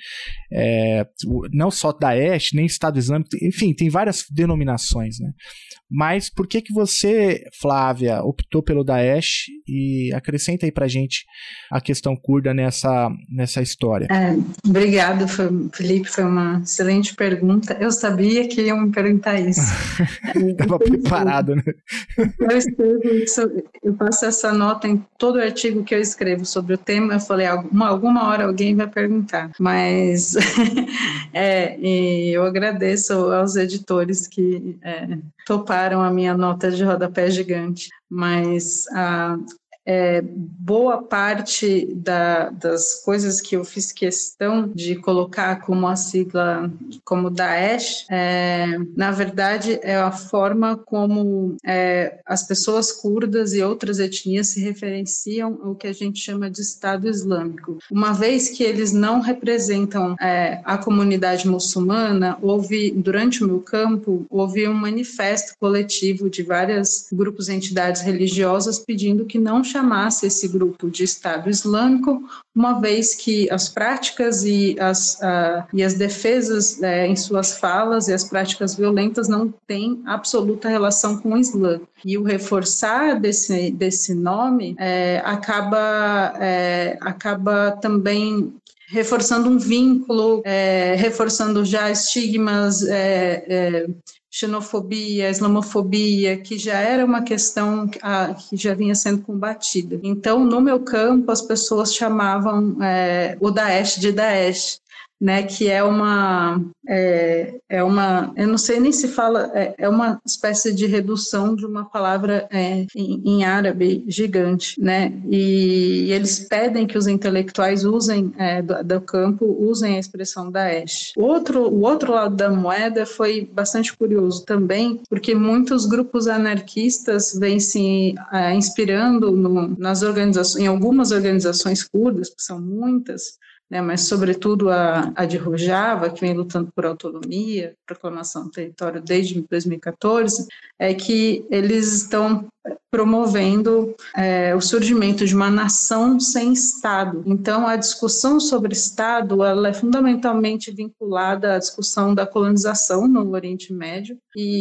é, não só Daesh, nem Estado Islâmico, enfim, tem várias denominações, né? Mas por que que você, Flávia, optou pelo Daesh? E acrescenta aí pra gente a questão curda nessa, nessa história. É, obrigado, Felipe, foi uma excelente pergunta. Eu sabia que iam me perguntar isso. Estava preparado, né? Eu escrevo isso, eu passo essa nota em todo artigo que eu escrevo sobre o tema. Eu falei, alguma, alguma hora alguém vai perguntar, mas é, e eu agradeço aos editores que é, toparam a minha nota de rodapé gigante, mas a É, boa parte da, das coisas que eu fiz questão de colocar como a sigla, como Daesh, é, na verdade é a forma como é, as pessoas curdas e outras etnias se referenciam ao que a gente chama de Estado Islâmico. Uma vez que eles não representam é, a comunidade muçulmana, houve, durante o meu campo, houve um manifesto coletivo de vários grupos e entidades religiosas pedindo que não chamasse esse grupo de Estado Islâmico, uma vez que as práticas e as, uh, e as defesas uh, em suas falas e as práticas violentas não têm absoluta relação com o Islã. E o reforçar desse, desse nome uh, acaba, uh, acaba também reforçando um vínculo, uh, reforçando já estigmas, uh, uh, xenofobia, islamofobia, que já era uma questão ah, que já vinha sendo combatida. Então, no meu campo, as pessoas chamavam é, o Daesh de Daesh, né, que é uma, é, é uma, eu não sei nem se fala, é, é uma espécie de redução de uma palavra é, em, em árabe gigante, né, e, e eles pedem que os intelectuais usem, é, do, do campo, usem a expressão Daesh. O outro, o outro lado da moeda foi bastante curioso também, porque muitos grupos anarquistas vêm se é, inspirando no, nas organizações, em algumas organizações curdas, que são muitas, né, mas sobretudo a, a de Rojava, que vem lutando por autonomia, proclamação do território desde dois mil e catorze, é que eles estão promovendo é, o surgimento de uma nação sem Estado. Então, a discussão sobre Estado ela é fundamentalmente vinculada à discussão da colonização no Oriente Médio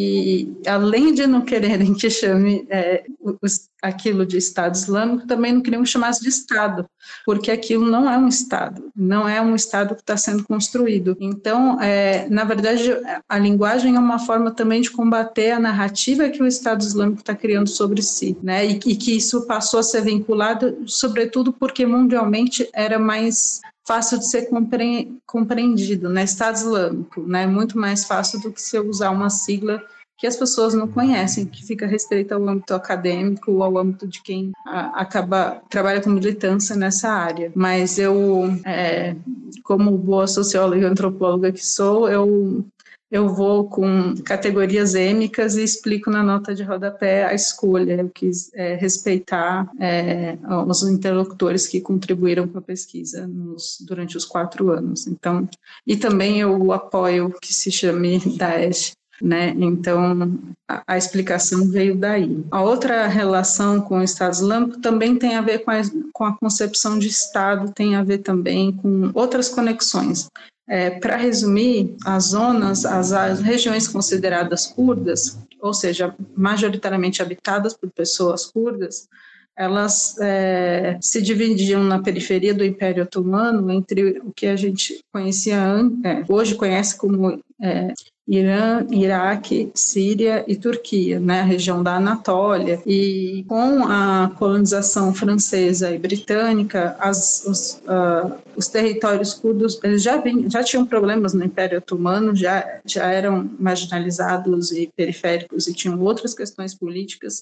e, além de não quererem que chame é, os, aquilo de Estado Islâmico, também não queriam que chamasse de Estado, porque aquilo não é um Estado, não é um Estado que está sendo construído. Então, é, na verdade, a linguagem é uma forma também de combater a narrativa que o Estado Islâmico está criando sobre si, né? E, e que isso passou a ser vinculado, sobretudo porque mundialmente era mais fácil de ser compre- compreendido, né? Estado Islâmico, né? Muito mais fácil do que se eu usar uma sigla que as pessoas não conhecem, que fica restrita ao âmbito acadêmico ou ao âmbito de quem a, acaba, trabalha com militância nessa área. Mas eu, é, como boa socióloga e antropóloga que sou, eu eu vou com categorias êmicas e explico na nota de rodapé a escolha. Eu quis é, respeitar é, os interlocutores que contribuíram com a pesquisa nos, durante os quatro anos. Então, e também eu apoio que se chame Daesh, né? Então, a, a explicação veio daí. A outra relação com o Estado Islâmico também tem a ver com a, com a concepção de Estado, tem a ver também com outras conexões. É, para resumir, as zonas, as, as regiões consideradas curdas, ou seja, majoritariamente habitadas por pessoas curdas, elas é, se dividiam na periferia do Império Otomano entre o que a gente conhecia, é, hoje conhece como é, Irã, Iraque, Síria e Turquia, né, a região da Anatólia. E com a colonização francesa e britânica, as, os, uh, os territórios curdos eles já, vinham, já tinham problemas no Império Otomano, já, já eram marginalizados e periféricos e tinham outras questões políticas,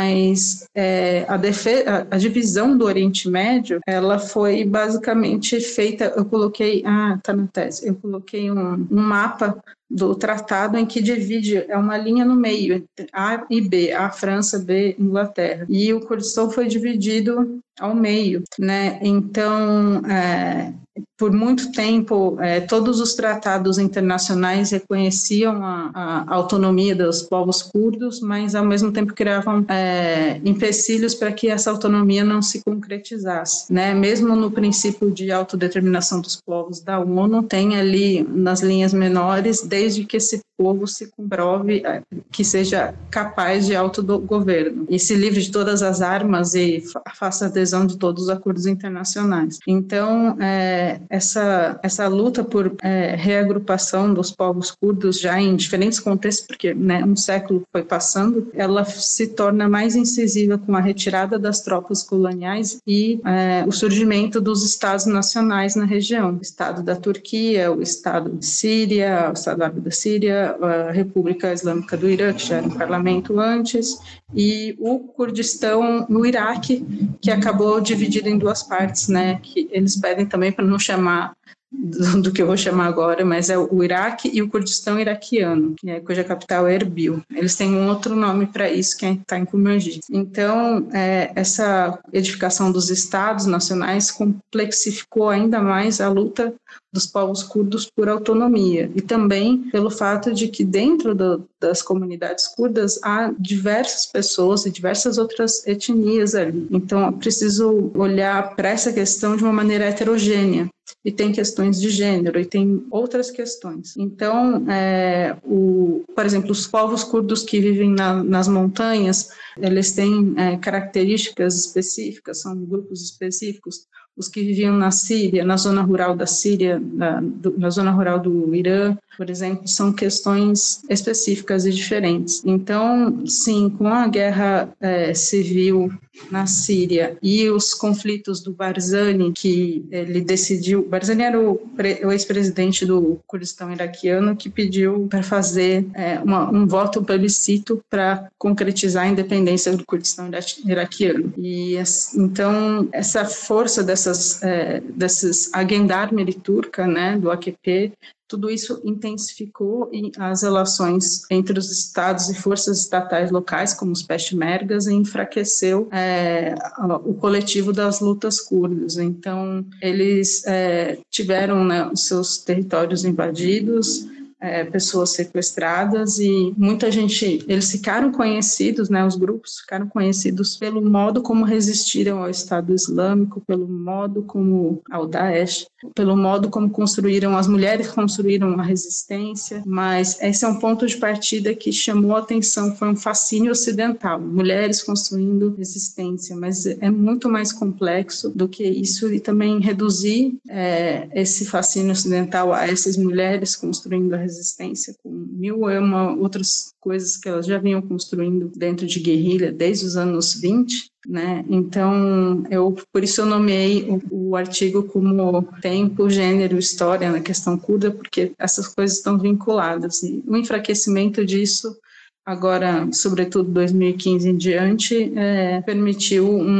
mas é, a, defesa, a, a divisão do Oriente Médio, ela foi basicamente feita, eu coloquei, ah, tá na tese, eu coloquei um, um mapa do tratado em que divide, é uma linha no meio, entre A e B, A, França, B, Inglaterra. E o Kurdistão foi dividido ao meio, né? Então, é, por muito tempo, é, todos os tratados internacionais reconheciam a, a autonomia dos povos curdos, mas ao mesmo tempo criavam é, empecilhos para que essa autonomia não se concretizasse, né? Mesmo no princípio de autodeterminação dos povos da ONU, tem ali nas linhas menores, desde que esse povo se comprove que seja capaz de autogoverno e se livre de todas as armas e faça adesão de todos os acordos internacionais. Então, é, essa, essa luta por é, reagrupação dos povos curdos já em diferentes contextos, porque né, um século foi passando, ela se torna mais incisiva com a retirada das tropas coloniais e é, o surgimento dos estados nacionais na região. O estado da Turquia, o estado de Síria, o estado árabe da Síria, a República Islâmica do Irã, que já era um parlamento antes, e o Kurdistão no Iraque, que acabou dividido em duas partes, né, que eles pedem também para não chamar do, do que eu vou chamar agora, mas é o Iraque e o Kurdistão iraquiano, é, cuja capital é Erbil. Eles têm um outro nome para isso, que está em Kumanji. Então, é, essa edificação dos estados nacionais complexificou ainda mais a luta dos povos curdos por autonomia e também pelo fato de que dentro do, das comunidades curdas há diversas pessoas e diversas outras etnias ali. Então, é preciso olhar para essa questão de uma maneira heterogênea. E tem questões de gênero, e tem outras questões. Então, é, o, por exemplo, os povos curdos que vivem na, nas montanhas, eles têm é, características específicas, são grupos específicos. Os que viviam na Síria, na zona rural da Síria, na, do, na zona rural do Irã, por exemplo, são questões específicas e diferentes. Então, sim, com a guerra é, civil na Síria e os conflitos do Barzani, que ele decidiu... Barzani era o, o ex-presidente do Kurdistão iraquiano que pediu para fazer é, uma, um voto plebiscito para concretizar a independência do Kurdistão iraquiano. E, então, essa força dessas, é, desses Agendarme turca, né, do A K P, tudo isso intensificou as relações entre os estados e forças estatais locais, como os peshmergas, e enfraqueceu é, o coletivo das lutas curdas. Então, eles é, tiveram né, os seus territórios invadidos, É, pessoas sequestradas e muita gente, eles ficaram conhecidos, né, os grupos ficaram conhecidos pelo modo como resistiram ao Estado Islâmico, pelo modo como ao Daesh, pelo modo como construíram, as mulheres construíram a resistência, mas esse é um ponto de partida que chamou a atenção, foi um fascínio ocidental, mulheres construindo resistência, mas é muito mais complexo do que isso e também reduzir é, esse fascínio ocidental a essas mulheres construindo a resistência com mil e uma outras coisas que elas já vinham construindo dentro de guerrilha desde os anos vinte, né? Então, eu, por isso eu nomeei o, o artigo como Tempo, Gênero, História na questão curda, porque essas coisas estão vinculadas. E o enfraquecimento disso, agora, sobretudo dois mil e quinze em diante, é, permitiu um,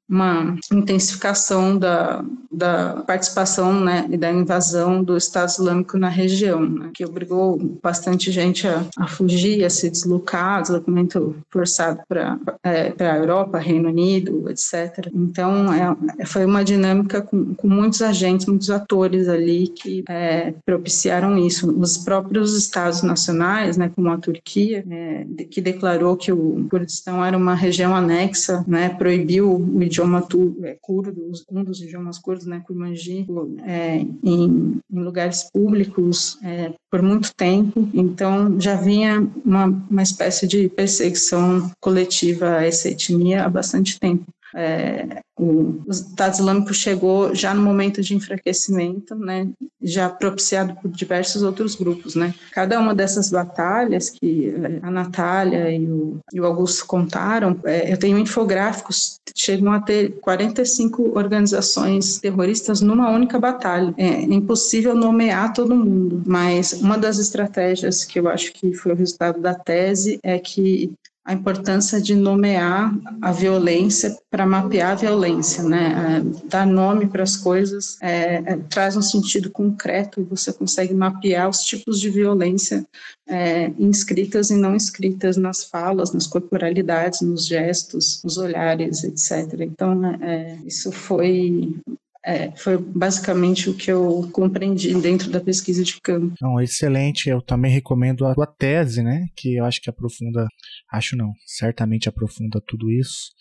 uma intensificação da, da participação, né, e da invasão do Estado Islâmico na região, né, que obrigou bastante gente a, a fugir, a se deslocar, deslocamento forçado para é, a Europa, Reino Unido, etcétera. Então, é, foi uma dinâmica com, com muitos agentes, muitos atores ali que é, propiciaram isso. Os próprios estados nacionais, né, como a Turquia, é, que declarou que o Kurdistão era uma região anexa, né, proibiu o idioma tu, é, curdo, um dos idiomas curdos, né, Kurmanji, é, em, em lugares públicos é, por muito tempo. Então, já vinha uma, uma espécie de perseguição coletiva a essa etnia há bastante tempo. É, o, o Estado Islâmico chegou já no momento de enfraquecimento, né, já propiciado por diversos outros grupos, né. Cada uma dessas batalhas que a Natália e o, e o Augusto contaram, é, eu tenho infográficos, chegam a ter quarenta e cinco organizações terroristas numa única batalha. É impossível nomear todo mundo, mas uma das estratégias que eu acho que foi o resultado da tese é que a importância de nomear a violência para mapear a violência, né? É, dar nome para as coisas é, é, traz um sentido concreto e você consegue mapear os tipos de violência é, inscritas e não inscritas nas falas, nas corporalidades, nos gestos, nos olhares, etcétera. Então, é, isso foi... É, foi basicamente o que eu compreendi dentro da pesquisa de campo. Não, excelente, eu também recomendo a tua tese, né, que eu acho que aprofunda, acho não, certamente aprofunda tudo isso.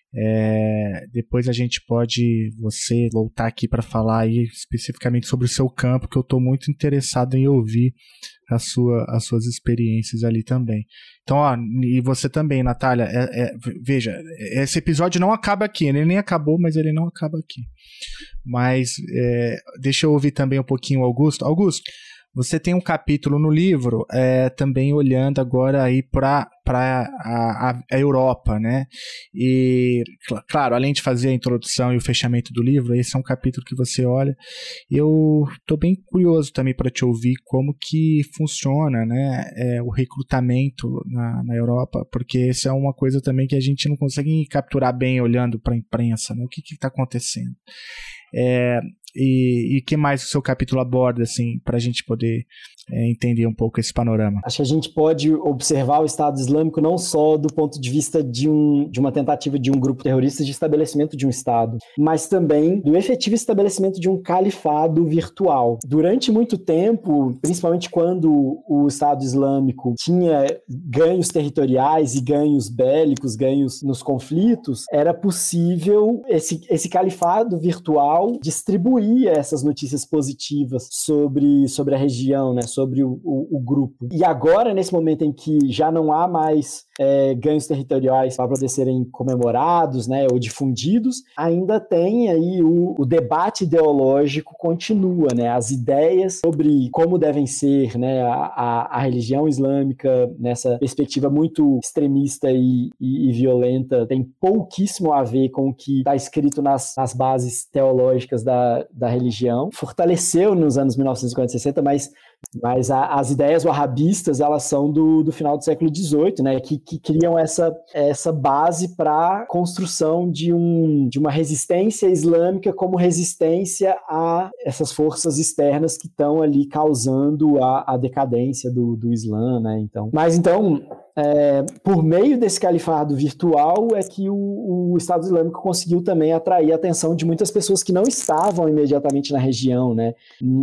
É, depois a gente pode, você voltar aqui para falar aí especificamente sobre o seu campo, que eu estou muito interessado em ouvir a sua, as suas experiências ali também. Então, ó, e você também, Natália, é, é, veja, esse episódio não acaba aqui, ele nem acabou, mas ele não acaba aqui. Mas é, deixa eu ouvir também um pouquinho o Augusto. Augusto, você tem um capítulo no livro é, também olhando agora aí para a, a Europa, né? E, claro, além de fazer a introdução e o fechamento do livro, esse é um capítulo que você olha. Eu estou bem curioso também para te ouvir como que funciona, né, é, o recrutamento na, na Europa, porque isso é uma coisa também que a gente não consegue capturar bem olhando para a imprensa, né? O que está acontecendo? É, e o que mais o seu capítulo aborda, assim, para a gente poder é, entender um pouco esse panorama? Acho que a gente pode observar o Estado Islâmico não só do ponto de vista de, um, de uma tentativa de um grupo terrorista de estabelecimento de um Estado, mas também do efetivo estabelecimento de um califado virtual. Durante muito tempo, principalmente quando o Estado Islâmico tinha ganhos territoriais e ganhos bélicos, ganhos nos conflitos, era possível esse, esse califado virtual distribuir essas notícias positivas sobre, sobre a região, né, sobre o, o, o grupo. E agora, nesse momento em que já não há mais é, ganhos territoriais para poder serem comemorados, né, ou difundidos, ainda tem aí o, o debate ideológico continua, né, as ideias sobre como devem ser, né, a, a, a religião islâmica nessa perspectiva muito extremista e, e, e violenta tem pouquíssimo a ver com o que está escrito nas, nas bases teológicas da, da religião. Fortaleceu nos anos mil novecentos e cinquenta e sessenta, mas Mas a, as ideias wahhabistas, elas são do, do final do século dezoito, né, que, que criam essa, essa base para a construção de, um, de uma resistência islâmica como resistência a essas forças externas que estão ali causando a, a decadência do, do Islã, né, então. Mas então, é, por meio desse califado virtual é que o, o Estado Islâmico conseguiu também atrair a atenção de muitas pessoas que não estavam imediatamente na região, né,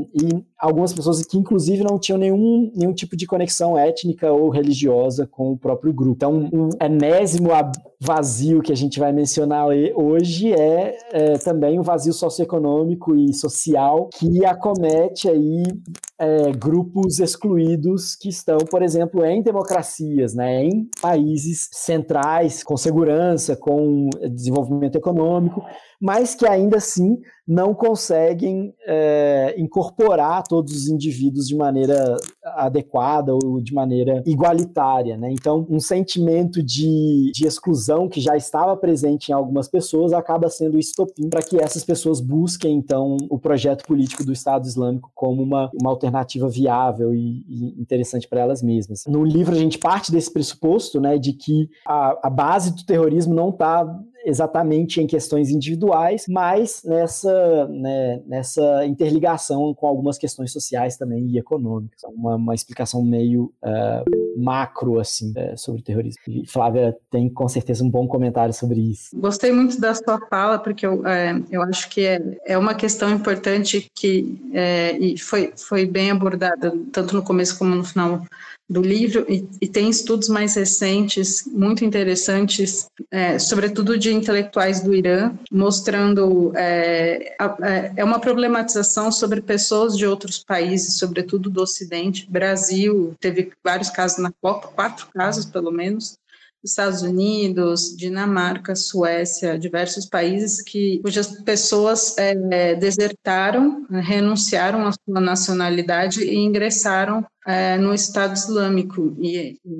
e algumas pessoas que inclusive não tinham nenhum, nenhum tipo de conexão étnica ou religiosa com o próprio grupo. Então, um enésimo vazio que a gente vai mencionar hoje é, é também o vazio socioeconômico e social que acomete aí é, grupos excluídos que estão, por exemplo, em democracias, né, em países centrais, com segurança, com desenvolvimento econômico, mas que ainda assim não conseguem é, incorporar todos os indivíduos de maneira adequada ou de maneira igualitária, né? Então, um sentimento de, de exclusão que já estava presente em algumas pessoas acaba sendo o estopim para que essas pessoas busquem, então, o projeto político do Estado Islâmico como uma, uma alternativa viável e, e interessante para elas mesmas. No livro, a gente parte desse pressuposto, né, de que a, a base do terrorismo não está exatamente em questões individuais, mas nessa, né, nessa interligação com algumas questões sociais também e econômicas. Uma, uma explicação meio uh, macro, assim, uh, sobre o terrorismo. E Flávia tem, com certeza, um bom comentário sobre isso. Gostei muito da sua fala, porque eu, é, eu acho que é, é uma questão importante que é, e foi, foi bem abordada, tanto no começo como no final do livro, e, e tem estudos mais recentes, muito interessantes, é, sobretudo de intelectuais do Irã, mostrando é, a, é uma problematização sobre pessoas de outros países, sobretudo do Ocidente. Brasil teve vários casos na Copa, quatro casos pelo menos, Estados Unidos, Dinamarca, Suécia, diversos países que, cujas pessoas é, desertaram, renunciaram à sua nacionalidade e ingressaram é, no Estado Islâmico. E, e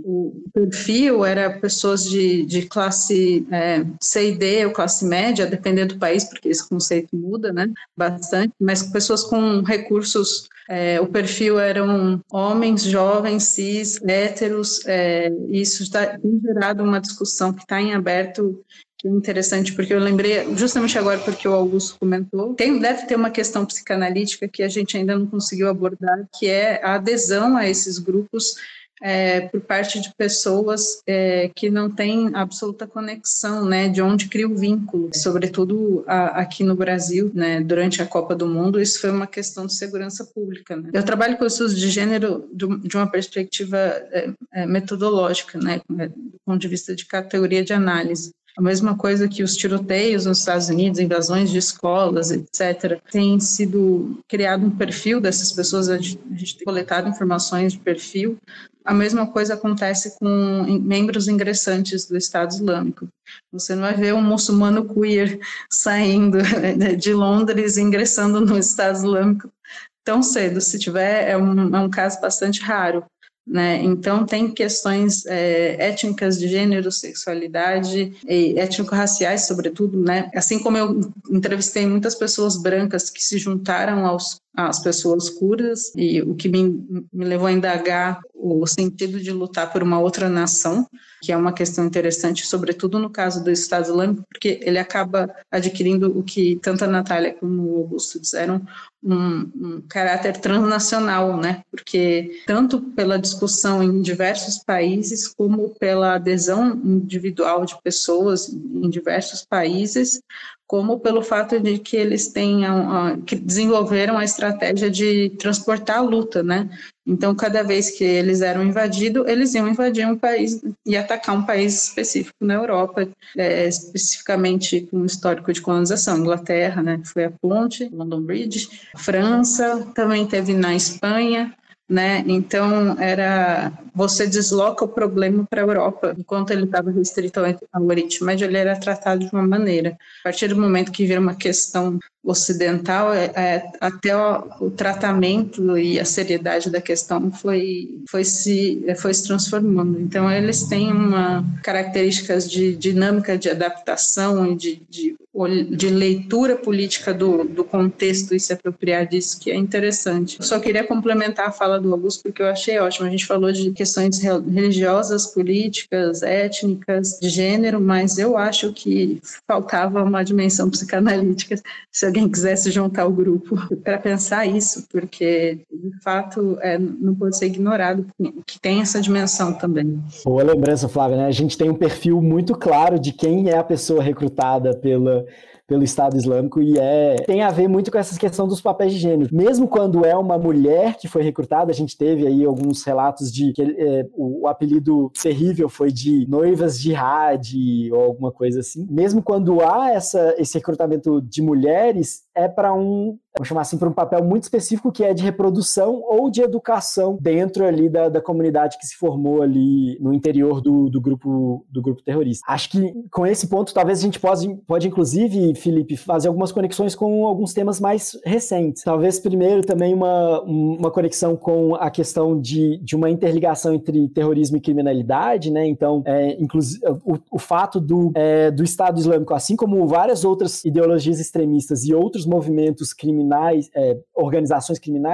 o perfil era pessoas de, de classe é, C e D ou classe média, dependendo do país, porque esse conceito muda, né, bastante, mas pessoas com recursos. É, o perfil eram homens, jovens, cis, héteros, é, isso está, tem gerado uma discussão que está em aberto, que é interessante, porque eu lembrei, justamente agora porque o Augusto comentou, tem, deve ter uma questão psicanalítica que a gente ainda não conseguiu abordar, que é a adesão a esses grupos É, por parte de pessoas é, que não têm absoluta conexão, né, de onde cria o vínculo, sobretudo a, aqui no Brasil, né, durante a Copa do Mundo, isso foi uma questão de segurança pública, né. Eu trabalho com estudos de gênero do, de uma perspectiva é, é, metodológica, né, do ponto de vista de categoria de análise. A mesma coisa que os tiroteios nos Estados Unidos, invasões de escolas, etcétera, tem sido criado um perfil dessas pessoas, a gente tem coletado informações de perfil. A mesma coisa acontece com membros ingressantes do Estado Islâmico. Você não vai ver um muçulmano queer saindo de Londres e ingressando no Estado Islâmico tão cedo. Se tiver, é um, é um caso bastante raro. Né? Então, tem questões é, étnicas de gênero, sexualidade e étnico-raciais, sobretudo, né? Assim como eu entrevistei muitas pessoas brancas que se juntaram aos, às pessoas curdas, e o que me, me levou a indagar o sentido de lutar por uma outra nação, que é uma questão interessante, sobretudo no caso do Estado Islâmico, porque ele acaba adquirindo o que tanto a Natália como o Augusto disseram, um, um caráter transnacional, né? Porque tanto pela discussão em diversos países, como pela adesão individual de pessoas em diversos países, como pelo fato de que eles tenham, que desenvolveram a estratégia de transportar a luta, né? Então, cada vez que eles eram invadidos, eles iam invadir um país e atacar um país específico na Europa, é, especificamente com um histórico de colonização. Inglaterra, né, foi a ponte, London Bridge. França, também teve na Espanha. Né? Então, era, você desloca o problema para a Europa. Enquanto ele estava restrito ao Oriente Médio, ele era tratado de uma maneira. A partir do momento que vira uma questão ocidental, é, é, até o, o tratamento e a seriedade da questão foi, foi, se, foi se transformando. Então, eles têm uma características de dinâmica de adaptação e de, de, de leitura política do, do contexto e se apropriar disso, que é interessante. Eu só queria complementar a fala do Augusto, porque eu achei ótimo. A gente falou de questões religiosas, políticas, étnicas, de gênero, mas eu acho que faltava uma dimensão psicanalítica, se alguém quisesse juntar o grupo para pensar isso, porque, de fato, é, não pode ser ignorado que tem essa dimensão também. Boa lembrança, Flávia, né? A gente tem um perfil muito claro de quem é a pessoa recrutada pela... pelo Estado Islâmico, e é, tem a ver muito com essa questão dos papéis de gênero. Mesmo quando é uma mulher que foi recrutada, a gente teve aí alguns relatos de que é, o, o apelido terrível foi de noivas de jihad ou alguma coisa assim. Mesmo quando há essa, esse recrutamento de mulheres, é para um, vamos chamar assim, para um papel muito específico, que é de reprodução ou de educação dentro ali da, da comunidade que se formou ali no interior do, do, grupo, do grupo terrorista. Acho que com esse ponto, talvez a gente pode, pode inclusive, Felipe, fazer algumas conexões com alguns temas mais recentes. Talvez primeiro também uma, uma conexão com a questão de, de uma interligação entre terrorismo e criminalidade, né? Então, é, inclusive, o, o fato do, é, do Estado Islâmico, assim como várias outras ideologias extremistas e outros movimentos criminais, é, organizações criminais,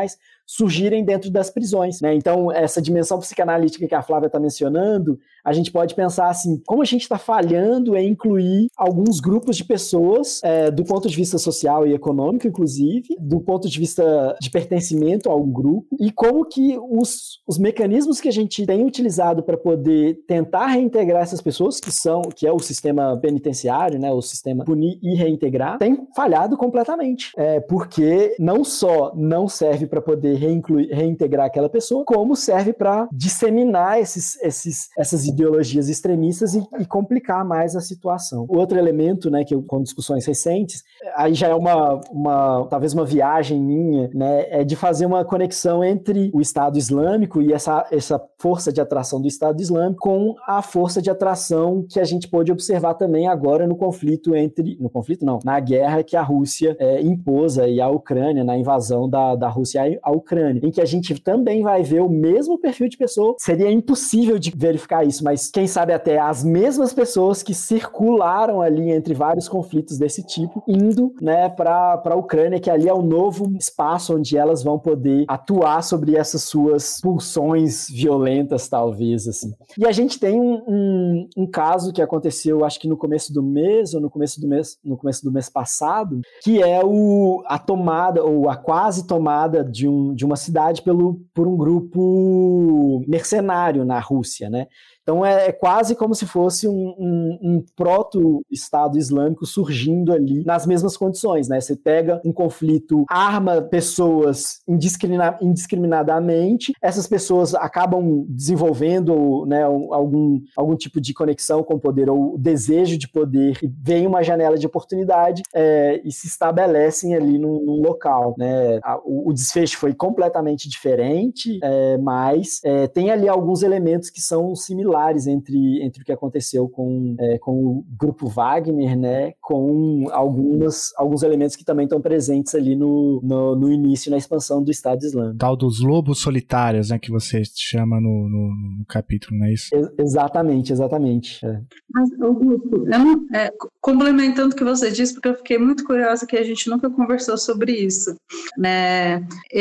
surgirem dentro das prisões, né? Então, essa dimensão psicanalítica que a Flávia está mencionando, a gente pode pensar assim, como a gente está falhando em incluir alguns grupos de pessoas, é, do ponto de vista social e econômico, inclusive, do ponto de vista de pertencimento a um grupo, e como que os, os mecanismos que a gente tem utilizado para poder tentar reintegrar essas pessoas, que são, que é o sistema penitenciário, né, o sistema punir e reintegrar, tem falhado completamente, é, porque não só não serve para poder reincluir, reintegrar aquela pessoa, como serve para disseminar esses, esses, essas ideologias extremistas e, e complicar mais a situação. O outro elemento, né, que eu, com discussões recentes, aí já é uma, uma talvez uma viagem minha, né, é de fazer uma conexão entre o Estado Islâmico e essa, essa força de atração do Estado Islâmico com a força de atração que a gente pôde observar também agora no conflito entre, no conflito não, na guerra que a Rússia é, impôs aí à Ucrânia, na invasão da, da Rússia à Ucrânia, em que a gente também vai ver o mesmo perfil de pessoa. Seria impossível de verificar isso, mas quem sabe até as mesmas pessoas que circularam ali entre vários conflitos desse tipo, indo, né, para a Ucrânia, que ali é o novo espaço onde elas vão poder atuar sobre essas suas pulsões violentas, talvez, assim. E a gente tem um, um, um caso que aconteceu, acho que no começo do mês, ou no começo do mês, no começo do mês passado, que é o, a tomada, ou a quase tomada de, um, de uma cidade pelo, por um grupo mercenário na Rússia, né? Então é, é quase como se fosse um, um, um proto-Estado Islâmico surgindo ali nas mesmas condições, né? Você pega um conflito, arma pessoas indiscrimina- indiscriminadamente, essas pessoas acabam desenvolvendo, né, algum, algum tipo de conexão com o poder ou desejo de poder, e vem uma janela de oportunidade é, e se estabelecem ali num, num local, né? A, o, o desfecho foi completamente diferente, é, mas é, tem ali alguns elementos que são similares Entre, entre o que aconteceu com, é, com o grupo Wagner, né, com algumas, alguns elementos que também estão presentes ali no, no, no início, na expansão do Estado Islâmico. Tal dos lobos solitários, né, que você chama no, no, no capítulo, não é isso? Ex- exatamente, exatamente. É. Mas, Augusto, eu não, é, complementando o que você disse, porque eu fiquei muito curiosa que a gente nunca conversou sobre isso, né?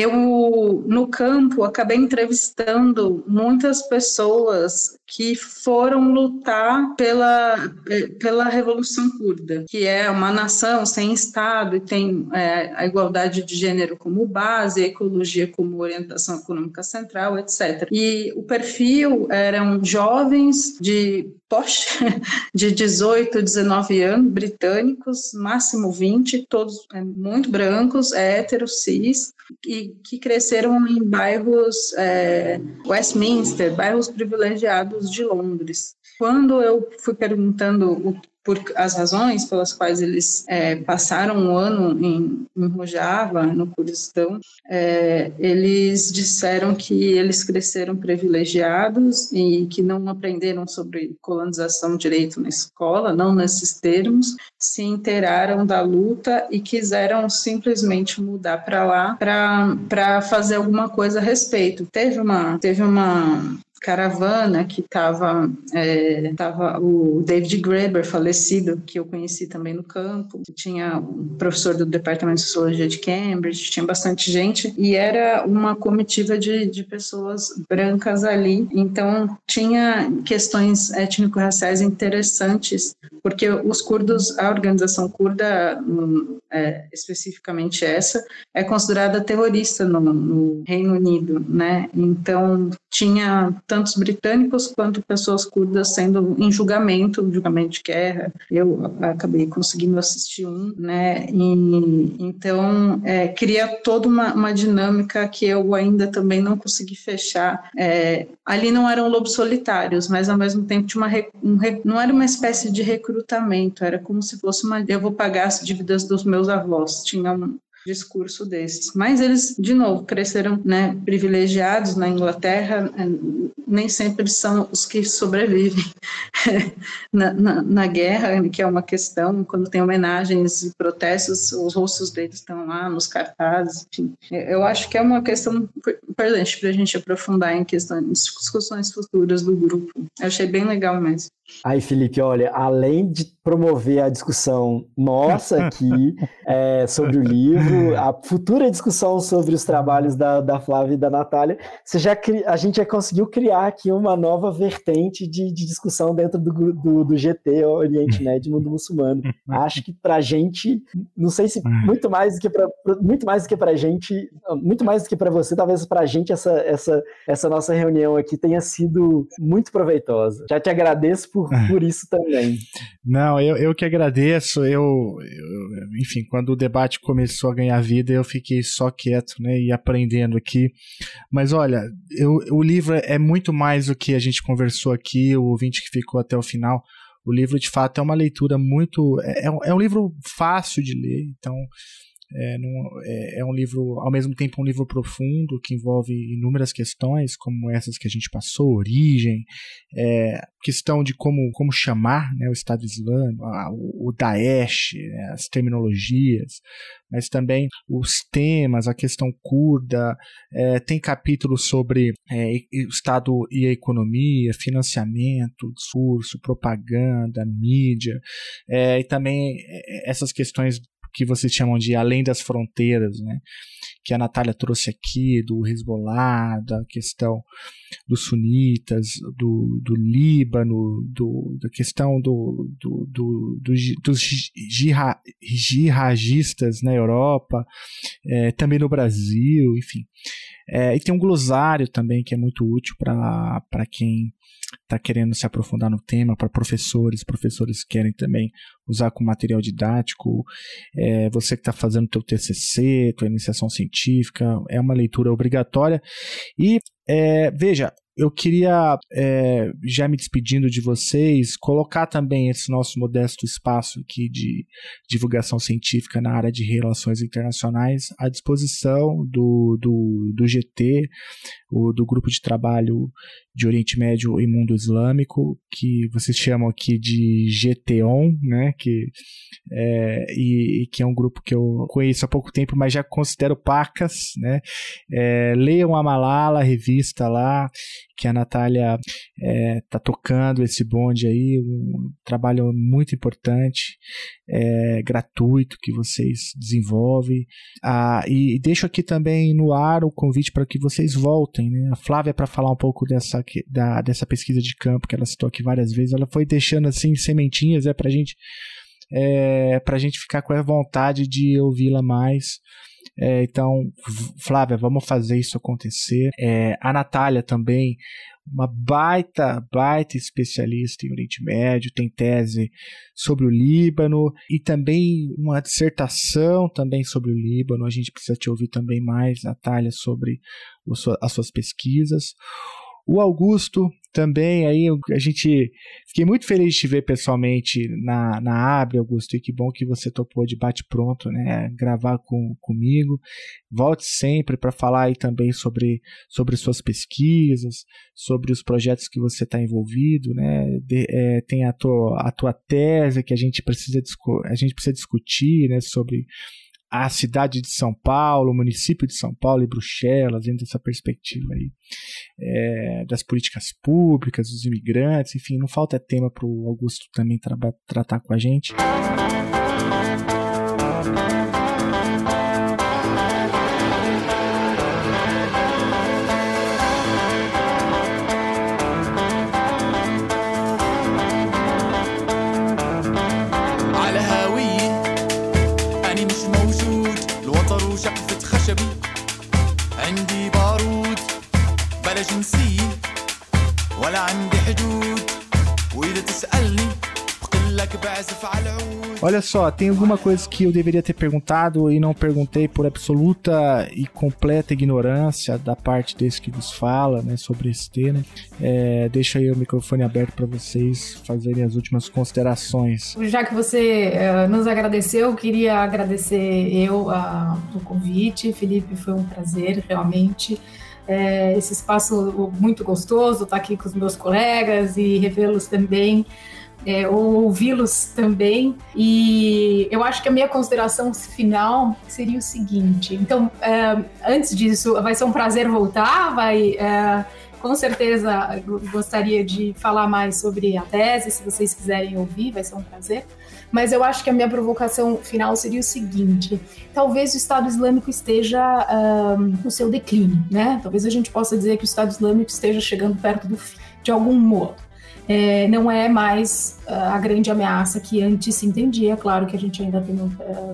Eu, no campo, acabei entrevistando muitas pessoas que foram lutar pela, pela Revolução Curda, que é uma nação sem Estado e tem é, a igualdade de gênero como base, a ecologia como orientação econômica central, etcétera. E o perfil eram jovens de posh, de dezoito, dezenove anos, britânicos, máximo vinte, todos é, muito brancos, héteros, cis, e que cresceram em bairros é, Westminster, bairros privilegiados de Londres. Quando eu fui perguntando o, por as razões pelas quais eles é, passaram um ano em, em Rojava, no Kurdistão, é, eles disseram que eles cresceram privilegiados e que não aprenderam sobre colonização direito na escola, não nesses termos, se inteiraram da luta e quiseram simplesmente mudar para lá para fazer alguma coisa a respeito. Teve uma, teve uma caravana que estava é, tava o David Graeber, falecido, que eu conheci também no campo, tinha um professor do Departamento de Sociologia de Cambridge, tinha bastante gente, e era uma comitiva de, de pessoas brancas ali, então tinha questões étnico-raciais interessantes, porque os curdos, a organização curda, é, especificamente essa, é considerada terrorista no, no Reino Unido, né? Então tinha tantos britânicos quanto pessoas curdas sendo em julgamento, julgamento de guerra. Eu acabei conseguindo assistir um, né? E, então, é, cria toda uma, uma dinâmica que eu ainda também não consegui fechar. É, ali não eram lobos solitários, mas ao mesmo tempo tinha uma, um, não era uma espécie de recrutamento, era como se fosse uma, eu vou pagar as dívidas dos meus avós. Tinha um discurso desses. Mas eles, de novo, cresceram, né, privilegiados na Inglaterra, nem sempre são os que sobrevivem na, na, na guerra, que é uma questão, quando tem homenagens e protestos, os rostos deles estão lá nos cartazes, enfim. Eu acho que é uma questão importante para a gente aprofundar em questões, discussões futuras do grupo. Eu achei bem legal mesmo. Aí, Felipe, olha, além de promover a discussão nossa aqui é, sobre o livro, a futura discussão sobre os trabalhos da, da Flávia e da Natália, você já cri... a gente já conseguiu criar aqui uma nova vertente de, de discussão dentro do, do, do G T, Oriente Médio e Mundo Muçulmano. Acho que pra gente, não sei se muito mais do que pra, muito mais do que pra gente, muito mais do que pra você, talvez pra gente essa, essa, essa nossa reunião aqui tenha sido muito proveitosa. Já te agradeço por, por isso também. Não, eu, eu que agradeço. Eu, eu, enfim, quando o debate começou a ganhar vida, eu fiquei só quieto, né, e aprendendo aqui. Mas olha, eu, o livro é muito mais do que a gente conversou aqui, o ouvinte que ficou até o final. O livro, de fato, é uma leitura muito... É, é um livro fácil de ler, então... É, não, é, é um livro, ao mesmo tempo, um livro profundo que envolve inúmeras questões, como essas que a gente passou, origem, é, questão de como, como chamar, né, o Estado Islâmico, a, o, o Daesh, né, as terminologias, mas também os temas, a questão curda, é, tem capítulos sobre é, o Estado e a economia, financiamento, discurso, propaganda, mídia, é, e também essas questões que vocês chamam de além das fronteiras, né? Que a Natália trouxe aqui, do Hezbollah, da questão dos sunitas, do, do Líbano, do, da questão do, do, do, do, dos jihadistas na Europa, é, também no Brasil, enfim. É, e tem um glossário também que é muito útil para quem está querendo se aprofundar no tema, para professores, professores que querem também usar como material didático, é, você que está fazendo teu T C C, tua iniciação científica, é uma leitura obrigatória. E é, veja, eu queria, é, já me despedindo de vocês, colocar também esse nosso modesto espaço aqui de divulgação científica na área de relações internacionais à disposição do, do, do G T, o, do Grupo de Trabalho de Oriente Médio e Mundo Islâmico, que vocês chamam aqui de G T O N, né, que, é, e, e que é um grupo que eu conheço há pouco tempo, mas já considero pacas, né. É, leiam a Malala, a revista lá, que a Natália está é, tocando esse bonde aí, um trabalho muito importante, é, gratuito, que vocês desenvolvem. Ah, e, e deixo aqui também no ar o convite para que vocês voltem, né? A Flávia, para falar um pouco dessa, da, dessa pesquisa de campo, que ela citou aqui várias vezes, ela foi deixando assim sementinhas, é, para gente, é, a gente ficar com a vontade de ouvi-la mais. É, então, Flávia, vamos fazer isso acontecer. É, a Natália também, uma baita, baita especialista em Oriente Médio, tem tese sobre o Líbano e também uma dissertação também sobre o Líbano. A gente precisa te ouvir também mais, Natália, sobre as suas pesquisas. O Augusto também, aí a gente, fiquei muito feliz de te ver pessoalmente na, na Abre, Augusto, e que bom que você topou de bate-pronto, né, gravar com, comigo. Volte sempre para falar aí também sobre, sobre suas pesquisas, sobre os projetos que você está envolvido, né, de, é, tem a tua, a tua tese que a gente precisa, a gente precisa discutir, né, sobre a cidade de São Paulo, o município de São Paulo e Bruxelas, dentro dessa perspectiva aí, é, das políticas públicas, dos imigrantes, enfim, não falta tema para o Augusto também tra- tratar com a gente. Olha só, tem alguma coisa que eu deveria ter perguntado e não perguntei por absoluta e completa ignorância da parte desse que vos fala, né, sobre esse tema. É, deixo aí o microfone aberto para vocês fazerem as últimas considerações. Já que você uh, nos agradeceu, queria agradecer eu uh, o convite. Felipe, foi um prazer, realmente. É, esse espaço muito gostoso, estar aqui com os meus colegas e revê-los também. É, ou ouvi-los também, e eu acho que a minha consideração final seria o seguinte, então, é, antes disso, vai ser um prazer voltar, vai, é, com certeza gostaria de falar mais sobre a tese, se vocês quiserem ouvir, vai ser um prazer. Mas eu acho que a minha provocação final seria o seguinte: talvez o Estado Islâmico esteja um, no seu declínio, né? Talvez a gente possa dizer que o Estado Islâmico esteja chegando perto do fim, de algum modo. É, não é mais uh, a grande ameaça que antes se entendia. Claro que a gente ainda tem uh,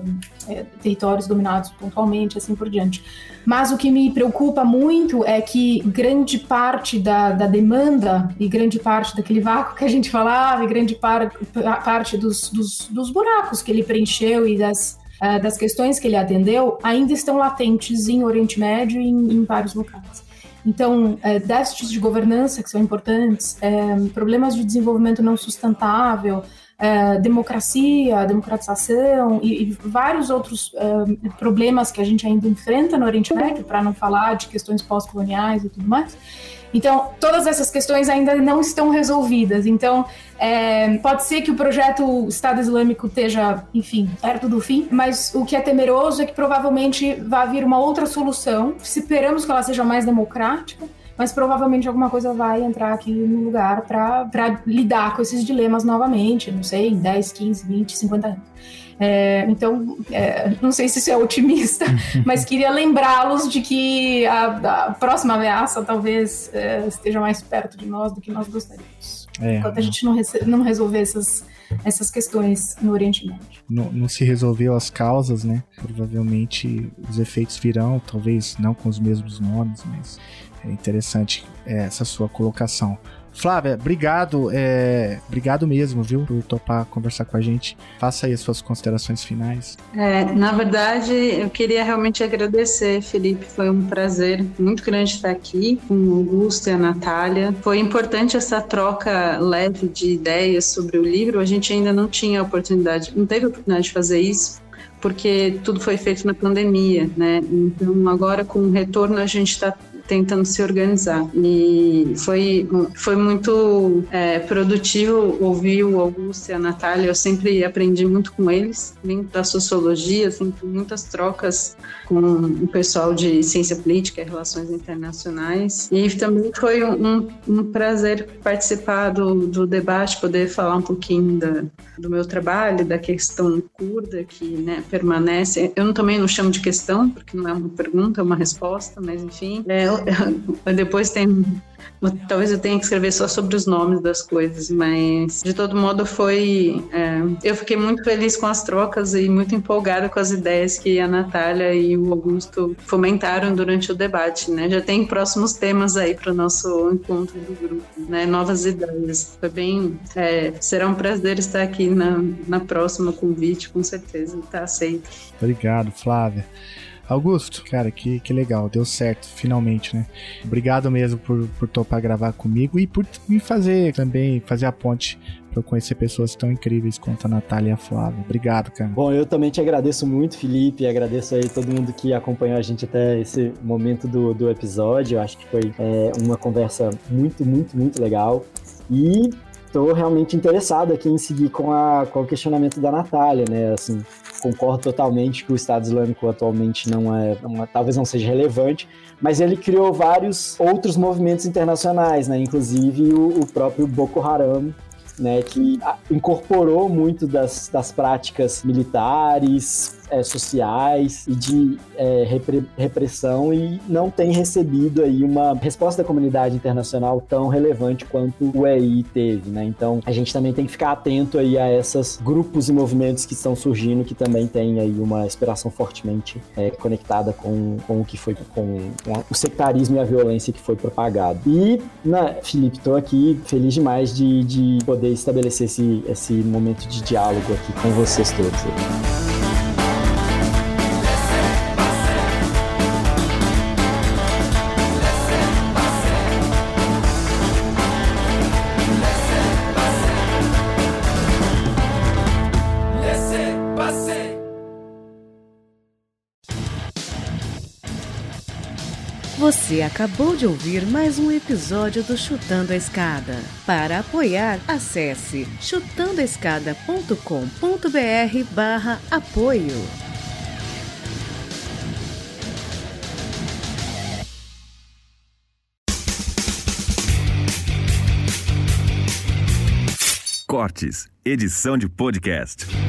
é, territórios dominados pontualmente, assim por diante. Mas o que me preocupa muito é que grande parte da, da demanda e grande parte daquele vácuo que a gente falava e grande par, parte dos, dos, dos buracos que ele preencheu e das, uh, das questões que ele atendeu ainda estão latentes em Oriente Médio e em, em vários locais. Então, é, déficits de governança que são importantes, é, problemas de desenvolvimento não sustentável, é, democracia, democratização e, e vários outros é, problemas que a gente ainda enfrenta no Oriente Médio, para não falar de questões pós-coloniais e tudo mais. Então, todas essas questões ainda não estão resolvidas. Então, é, pode ser que o projeto Estado Islâmico esteja, enfim, perto do fim, mas o que é temeroso é que provavelmente vai vir uma outra solução. Esperamos que ela seja mais democrática, mas provavelmente alguma coisa vai entrar aqui no lugar para lidar com esses dilemas novamente, não sei, em dez, quinze, vinte, cinquenta anos. É, então, é, não sei se isso é otimista, mas queria lembrá-los de que a, a próxima ameaça talvez é, esteja mais perto de nós do que nós gostaríamos. É, enquanto a gente não, rece- não resolver essas, essas questões no Oriente Médio. Não, não se resolveu as causas, né? Provavelmente os efeitos virão, talvez não com os mesmos nomes, mas é interessante essa sua colocação. Flávia, obrigado, é, obrigado mesmo, viu, por topar conversar com a gente. Faça aí as suas considerações finais. É, na verdade, eu queria realmente agradecer, Felipe, foi um prazer muito grande estar aqui com o Augusto e a Natália. Foi importante essa troca leve de ideias sobre o livro, a gente ainda não tinha oportunidade, não teve oportunidade de fazer isso, porque tudo foi feito na pandemia, né? Então agora com o retorno a gente está tentando se organizar. E foi, foi muito é, produtivo ouvir o Augusto e a Natália. Eu sempre aprendi muito com eles, dentro da sociologia, sempre muitas trocas com o pessoal de ciência política e relações internacionais. E também foi um, um prazer participar do, do debate, poder falar um pouquinho da, do meu trabalho, da questão curda que, né, permanece. Eu também não chamo de questão, porque não é uma pergunta, é uma resposta, mas enfim. É, depois tem, talvez eu tenha que escrever só sobre os nomes das coisas, mas de todo modo foi, é, eu fiquei muito feliz com as trocas e muito empolgada com as ideias que a Natália e o Augusto fomentaram durante o debate, né? Já tem próximos temas aí para o nosso encontro do grupo, né? Novas ideias. Foi bem, é, será um prazer estar aqui na, na próxima convite, com certeza, está aceito. Obrigado, Flávia. Augusto, cara, que, que legal, deu certo, finalmente, né? Obrigado mesmo por, por topar gravar comigo e por me fazer também, fazer a ponte para eu conhecer pessoas tão incríveis quanto a Natália e a Flávia. Obrigado, cara. Bom, eu também te agradeço muito, Felipe, agradeço aí todo mundo que acompanhou a gente até esse momento do, do episódio. Eu acho que foi é, uma conversa muito, muito, muito legal e estou realmente interessado aqui em seguir com, a, com o questionamento da Natália, né, assim... Concordo totalmente que o Estado Islâmico atualmente não é, não é, talvez não seja relevante, mas ele criou vários outros movimentos internacionais, né? Inclusive o, o próprio Boko Haram, né? Que incorporou muito das, das práticas militares, é, sociais e de é, repre, repressão e não tem recebido aí uma resposta da comunidade internacional tão relevante quanto o E I teve, né? Então a gente também tem que ficar atento aí a esses grupos e movimentos que estão surgindo, que também tem aí uma inspiração fortemente é, conectada com, com o que foi, com, com o sectarismo e a violência que foi propagado. E, né, Felipe, tô aqui feliz demais de, de poder estabelecer esse, esse momento de diálogo aqui com vocês todos. Você acabou de ouvir mais um episódio do Chutando a Escada. Para apoiar, acesse chutandoaescada.com.br barra apoio. Cortes, edição de podcast.